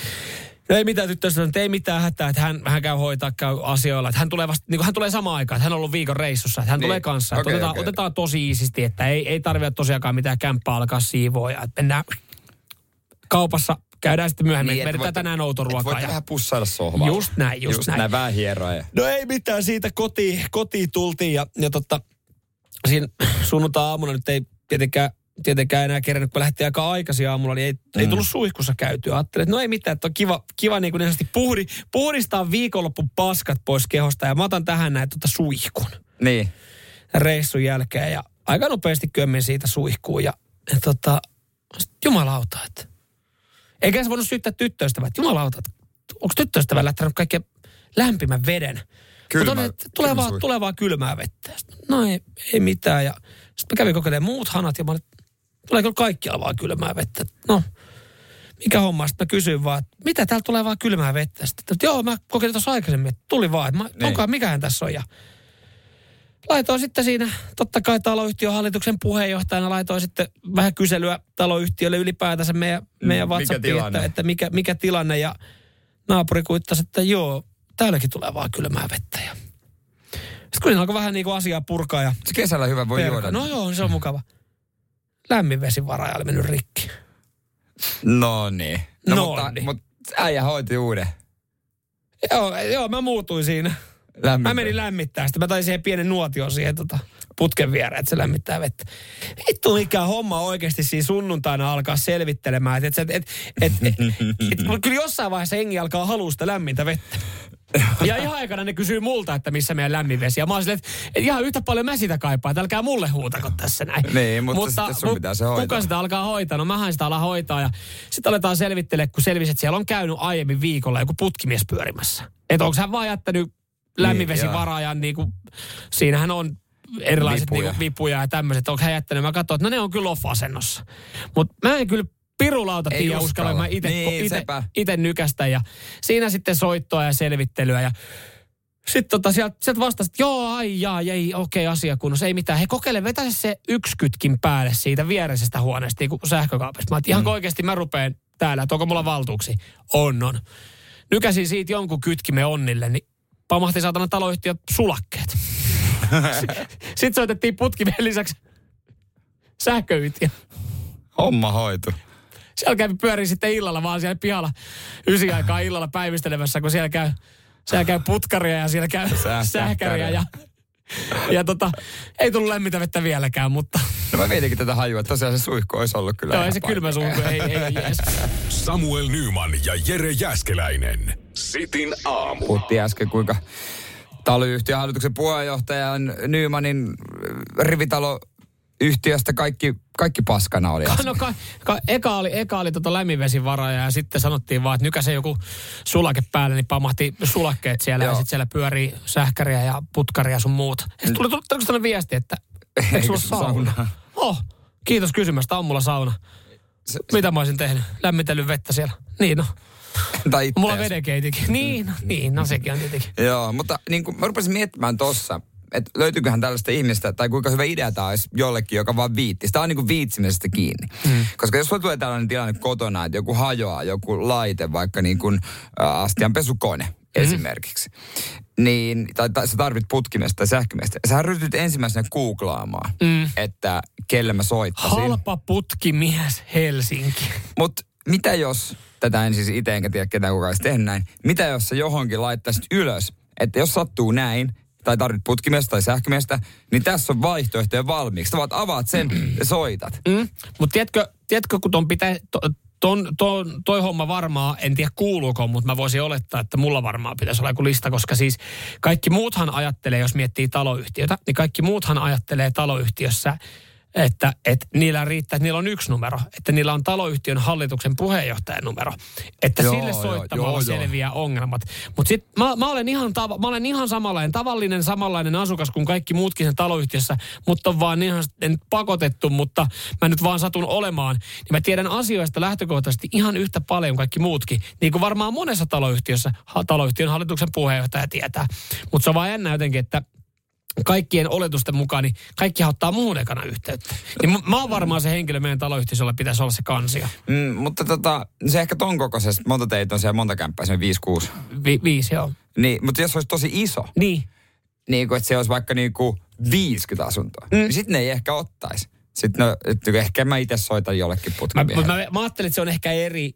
No ei mitään tyttöystävä, että ei mitään hätää, että hän, hän käy hoitaa, käy asioilla. Että hän tulee vasta, niin kuin hän tulee samaan aikaan, että hän on ollut viikon reissussa, että hän niin. tulee kanssa. Okay, otetaan, okay. otetaan tosi iisisti, että ei, ei tarvitse tosiaankaan mitään kämppää alkaa siivoa. Ja että mennään kaupassa, käydään sitten myöhemmin, niin, vedetään tänään outoruokaa. Voit vähän pussailla sohvaa. Just näin, just, just näin. näin. Vähän hieroja. No ei mitään, siitä kotiin, kotiin tultiin ja, ja totta, siinä sunnuntai-aamuna nyt ei tietenkään, tietenkään enää kerännyt, kun lähti aika aikaisin aamulla, niin ei, mm. ei tullut suihkussa käytyä. Ajattelin, että no ei mitään, että on kiva, kiva niin kuin puhdi, puhdistaa viikonloppun paskat pois kehosta ja mä otan tähän näin tuota suihkun. Niin. Reissun jälkeen ja aika nopeasti kömmin siitä suihkuun ja, ja tota, jumalauta, että eikä edes voinut syyttää tyttöystävää, että jumalauta, että onko tyttöystävä lähtenyt kaikkein lämpimän veden? Kylmä, Mutta että tulee, vaan, tulee vaan kylmää vettä. No ei, ei mitään. Ja sitten mä kävin kokeilemaan muut hanat ja mä olin, tulee kyllä kaikkialla vaan kylmää vettä. No, mikä homma? Sitten mä kysyin vaan, että mitä täällä tulee vaan kylmää vettä? Sitten, että joo, mä kokeilin tuossa aikaisemmin, että tuli vaan, että mä, niin. onkaan mikähän tässä on. Ja laitoin sitten siinä, totta kai taloyhtiön hallituksen puheenjohtajana, laitoin sitten vähän kyselyä taloyhtiölle ylipäätänsä meidän, meidän WhatsAppiin, että, että mikä, mikä tilanne. Ja naapuri kuittasi, että joo, täälläkin tulee vaan kylmää vettä. Ja sitten kun alkoi vähän niin kuin asiaa purkaa. Ja se kesällä hyvä voi perka. juoda. No joo, se on mukava. Lämmin vesivaraaja oli mennyt rikki. No niin. No, no mutta, niin. mutta äijä hoiti uuden. Joo, joo, mä muutuin siinä. Lämmittää. Mä menin lämmittää. Sitten mä tain siihen pienen nuotion siihen tota, putken viereen, että se lämmittää vettä. Vittu mikä homma oikeasti siinä sunnuntaina alkaa selvittelemään. Että et, et, et, et, et, et, kyllä jossain vaiheessa hengi alkaa halua sitä lämmintä vettä. Ja ihan aikana ne kysyy multa, että missä meidän lämmin vesi. Ja mä oon silleen, että et ihan yhtä paljon mä sitä kaipaan, että älkää mulle huutako tässä näin. Niin, mutta, mutta sitten sun pitää se hoitaa. Kuka sitä alkaa hoitaa? No mähän sitä ala hoitaa ja sitten aletaan selvittelemään, kun selvisi, että siellä on käynyt aiemmin viikolla joku putkimies pyörimässä. Että onko hän vaan jättänyt lämminvesivaraajan, niin kuin, siinähän on erilaiset vipuja, niin kuin, vipuja ja tämmöiset. Onko hän jättänyt? Mä katsoin, että no ne on kyllä off-asennossa. Mutta mä en kyllä pirulauta tiedä uskalla, mä ite, niin, ite, ite nykästä ja siinä sitten soittoa ja selvittelyä ja sitten tota sieltä, sieltä vastasi, että joo, ai jaa, ei, okei, okay, asia kunnossa, ei mitään. He kokeile, vetä se yksi kytkin päälle siitä viereisestä huoneesta, niin kuin sähkökaapista. Mä ajattelin, ihan mm. oikeasti mä rupean täällä, että onko mulla valtuuksia? On, on. Nykäsin siitä jonkun kytkimen onnille, niin pamahti saatana taloyhtiö sulakkeet. Sitten soitettiin putkimen lisäksi sähköyhtiö. Homma hoitu. Siellä kävi pyörin sitten illalla vaan siellä pihalla ysi aikaa illalla päivistelemässä, kun siellä käy, siellä käy putkaria ja siellä käy sähkäriä ja, ja tota, ei tullut lämmintä vettä vieläkään, mutta... No mä mietinkin tätä hajua, että tosiaan se suihku olisi ollut kyllä. Joo, ei se kylmä suihku, ei, ei, ei jees. Samuel Nyman ja Jere Jääskeläinen. Sitin aamu. Puhuttiin äsken, kuinka taloyhtiön hallituksen puheenjohtajan Nymanin rivitalo yhtiöstä kaikki, kaikki paskana oli. No ka, ka, eka oli, eka oli tota lämminvesivaraaja ja sitten sanottiin vaan, että nykäse joku sulake päälle, niin pamahti sulakkeet siellä. Joo. Ja sitten siellä pyörii sähkäriä ja putkaria sun muut. Ja sitten tuli, tuli, tuli sellainen viesti, että eikö sulla sauna? sauna? Oh, kiitos kysymästä, on mulla sauna. Se, Mitä mä olisin tehnyt? Lämmitellyt vettä siellä. Niin no. Tai ittees. Mulla on vedenkeitikin. Niin, no, niin, no sekin on tietenkin. Joo, mutta niin kuin mä rupesin miettimään tossa, että löytyyköhän tällaista ihmistä, tai kuinka hyvä idea tämä olisi jollekin, joka vaan viittisi. Tämä on niin kuin viitsimisestä kiinni. Mm. Koska jos sulla tulee tällainen tilanne kotona, että joku hajoaa, joku laite, vaikka niin kuin ä, astianpesukone mm. esimerkiksi, niin, tai, tai sä tarvit putkimesta tai sähkömiestä, sä ryhdyt ensimmäisenä googlaamaan, mm. että kelle mä soittasin. Halpa putkimies Helsinki. Mutta mitä jos, tätä en siis itse enkä tiedä ketään kukaan olisi tehnyt näin, mitä jos sä johonkin laittaisit ylös, että jos sattuu näin, tai tarvit putkimiestä tai sähkömiestä, niin tässä on vaihtoehtoja valmiiksi. Sä vaan avaat sen ja soitat. Mm. Mutta tiedätkö, tiedätkö, kun ton pitää, to, ton, ton, toi homma varmaan, en tiedä kuuluuko, mutta mä voisin olettaa, että mulla varmaan pitäisi olla joku lista, koska siis kaikki muuthan ajattelee, jos miettii taloyhtiötä, niin kaikki muuthan ajattelee taloyhtiössä, että, että niillä riittää, että niillä on yksi numero, että niillä on taloyhtiön hallituksen puheenjohtajan numero, että joo, sille soittamalla joo, selviää joo. ongelmat. Mutta sitten mä, mä, olen ihan tava, mä olen ihan samanlainen, tavallinen samanlainen asukas kuin kaikki muutkin sen taloyhtiössä, mutta on vaan ihan en pakotettu, mutta mä nyt vaan satun olemaan. Niin mä tiedän asioista lähtökohtaisesti ihan yhtä paljon kaikki muutkin, niin kuin varmaan monessa taloyhtiössä taloyhtiön hallituksen puheenjohtaja tietää. Mutta se on vaan jännä jotenkin, että kaikkien oletusten mukaan, niin kaikki ottaa muun ekana yhteyttä. Niin mä oon varmaan se henkilö meidän taloyhtiössä, jolla pitäisi olla se kansio. Mm, mutta tota, se ehkä ton kokoisesta, monta teitä on siellä monta kämppää, se on viisi, kuusi. Vi, viisi, joo. Niin, mutta jos se olisi tosi iso. Niin. Niin kuin, että se olisi vaikka niin kuin viisikymmentä asuntoa. Mm. Niin sitten ne ei ehkä ottaisi. Sitten no, että ehkä mä itse soitan jollekin putkimiehelle. Mä, mä, mä ajattelin, että se on ehkä eri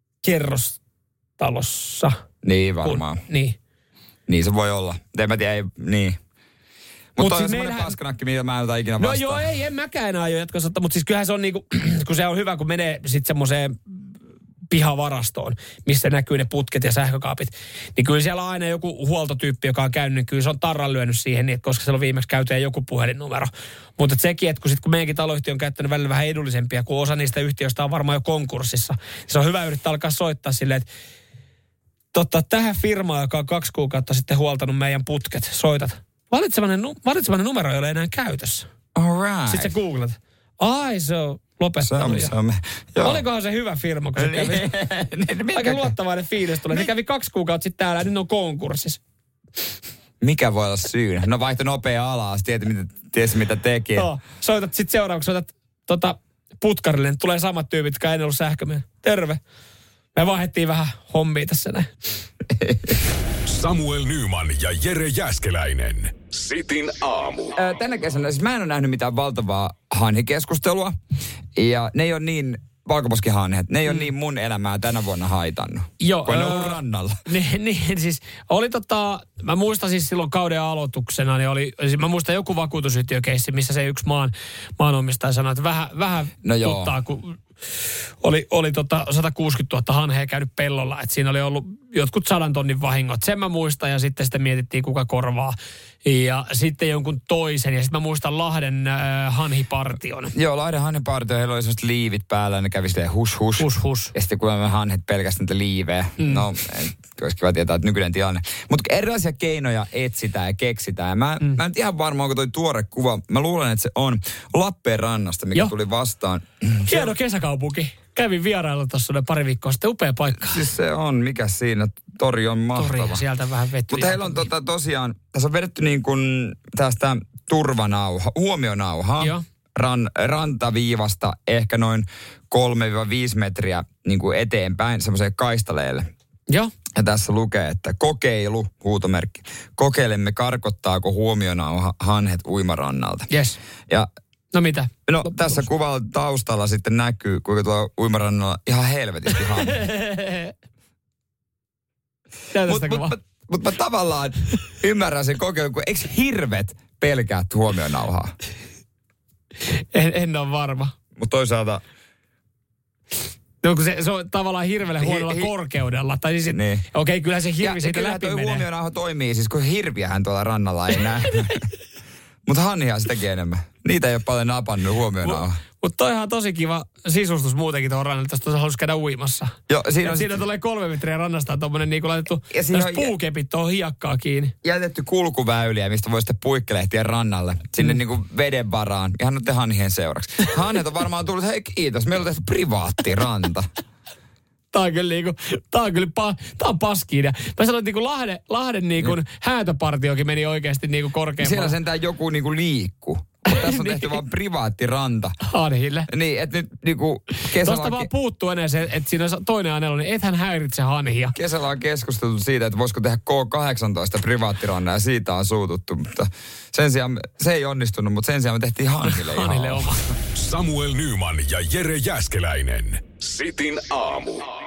kerrostalossa. Niin varmaan. Kun, niin. Niin se voi olla. En mä tiedä, ei, niin. Mutta on siis semmoinen meillähän... paskanakki, mitä mä en ota ikinä vastaan. No joo, ei, en mäkään enää aio jatkossa, mutta siis kyllähän se on niinku, kun se on hyvä, kun menee sitten semmoiseen pihavarastoon, missä näkyy ne putket ja sähkökaapit, niin kyllä siellä on aina joku huoltotyyppi, joka on käynyt, niin kyllä se on tarran lyönyt siihen, niin, koska siellä on viimeksi käyty joku puhelinnumero. Mutta sekin, että kun, sit, kun meidänkin taloyhtiö on käyttänyt välillä vähän edullisempia, kun osa niistä yhtiöistä on varmaan jo konkurssissa, niin se on hyvä yrittää alkaa soittaa silleen, että totta, tähän firmaan, joka on kaksi kuukautta sitten huoltanut meidän putket, soitat. Valitsemani, valitsemani numero ei ole enää käytössä. All right. Sitten sä googlat. Ai, se on lopettanut. Se on, se on, Olikohan se hyvä firma, kun se kävi? Aika luottavainen fiilis tulee. Se kävi kaksi kuukautta sitten täällä ja nyt on konkurssissa. Mikä voi olla syynä? No vaihto nopea alaa, tiesi mitä, tiesi mitä teki. No, soitat sitten seuraavaksi, soitat tota, putkarille, niin tulee samat tyypit, jotka ei ollut sähkömiehen. Terve. Me vaihdettiin vähän hommia tässä näin. Samuel Nyman ja Jere Jääskeläinen. Sitin aamu. Tänä kesänä, siis mä en ole nähnyt mitään valtavaa hanhikeskustelua. Ja ne ei ole niin valkoposkihanhet, ne ei mm. ole niin mun elämää tänä vuonna haitannut. Joo. Kun ne on öö, ollut rannalla. Niin, niin, siis oli tota, mä muistan siis silloin kauden aloituksena, niin oli, mä muistan joku vakuutusyhtiökeissi, missä se yksi maan, maanomistaja sanoi, että vähän, vähän no tuttaa, kun oli, oli tota sata kuusikymmentätuhatta hanhea käynyt pellolla, että siinä oli ollut jotkut sadan tonnin vahingot. Sen mä muistan ja sitten sitten mietittiin, kuka korvaa. Ja sitten jonkun toisen. Ja sitten mä muistan Lahden äh, hanhipartion. Joo, Lahden hanhipartio, heillä oli sellaiset liivit päällä ja ne kävi silleen hus hus. Hus hus. Ja sitten kun me hanhet pelkästään niitä liivejä. Mm. No, olisi kiva tietää, että nykyinen tilanne. Mutta erilaisia keinoja etsitään ja keksitään. Ja mä, mm. mä en ihan varma, onko toi tuore kuva. Mä luulen, että se on Lappeenrannasta, mikä jo. tuli vastaan. Hieno kesäkaupunki. Kävin vierailla tuossa pari viikkoa sitten. Upea paikka. Siis se on, mikä siinä? Tori on mahtava. Tori, sieltä vähän vettä. Mutta heillä on tota, tosiaan, tässä on vedetty niin kuin tästä turvanauha, huomionauhaa. Joo. Ran, rantaviivasta ehkä noin kolme viisi metriä niin kuin eteenpäin semmoiseen kaistaleelle. Joo. Ja tässä lukee, että kokeilu, huutomerkki. Kokeilemme, karkottaako huomionauha hanhet uimarannalta. Yes. Ja no mitä? No Loppuus. Tässä kuvalla taustalla sitten näkyy, kuinka tuolla uimarannalla ihan helvetisti hanhet. Mutta mut, mut, mut mä tavallaan ymmärrän sen kokeilun, kun eikö hirvet pelkää huomionauhaa? En, en ole varma. Mutta toisaalta... No kun se, se on tavallaan hirveelle huonolla hi, hi, korkeudella. Tai siis, niin. Okei, okay, kyllä se hirvi ja, siitä ja läpi menee. Ja huomionauha toimii, siis kun hirviähän tuolla rannalla ei näe. Mutta hanhia sitäkin enemmän. Niitä ei ole paljon napannut huomionauhaa. Mutta mut toihan on tosi kiva sisustus muutenkin tuohon rannalle, jos haluaisi käydä uimassa. Joo, siinä, on siinä sit... tulee kolme metriä rannasta tommonen niinku laitettu puukepit tuohon hiekkaa kiinni. Jätetty kulkuväyliä, mistä voi sitten puikkelehtiä rannalle. Sinne mm. niinku veden varaan. Ihan noiden hanhien seuraksi. Hanhet on varmaan tullut, hei kiitos, meillä on tehty privaatti ranta. Tää on kyllä niinku, tää on kyllä pa, tää on paskiin. Ja mä sanoin, että niinku Lahden, Lahden niinku mm. häätöpartiokin meni oikeasti niinku korkeammalla. Siellä sentään joku niinku liikkuu. Mutta tässä on tehty niin. vaan privaatti ranta. Hanhille. Niin, että nyt niinku kesällä... Tuosta vaan puuttuu enää se, että siinä on toinen anelo, niin ethän häiritse hanhia. Kesällä on keskusteltu siitä, että voisiko tehdä K kahdeksantoista privaattiranna ja siitä on suututtu. Mutta sen sijaan, se ei onnistunut, mutta sen sijaan me tehtiin hanhille Hanhille oma. Samuel Nyman ja Jere Jääskeläinen. Sitin aamu.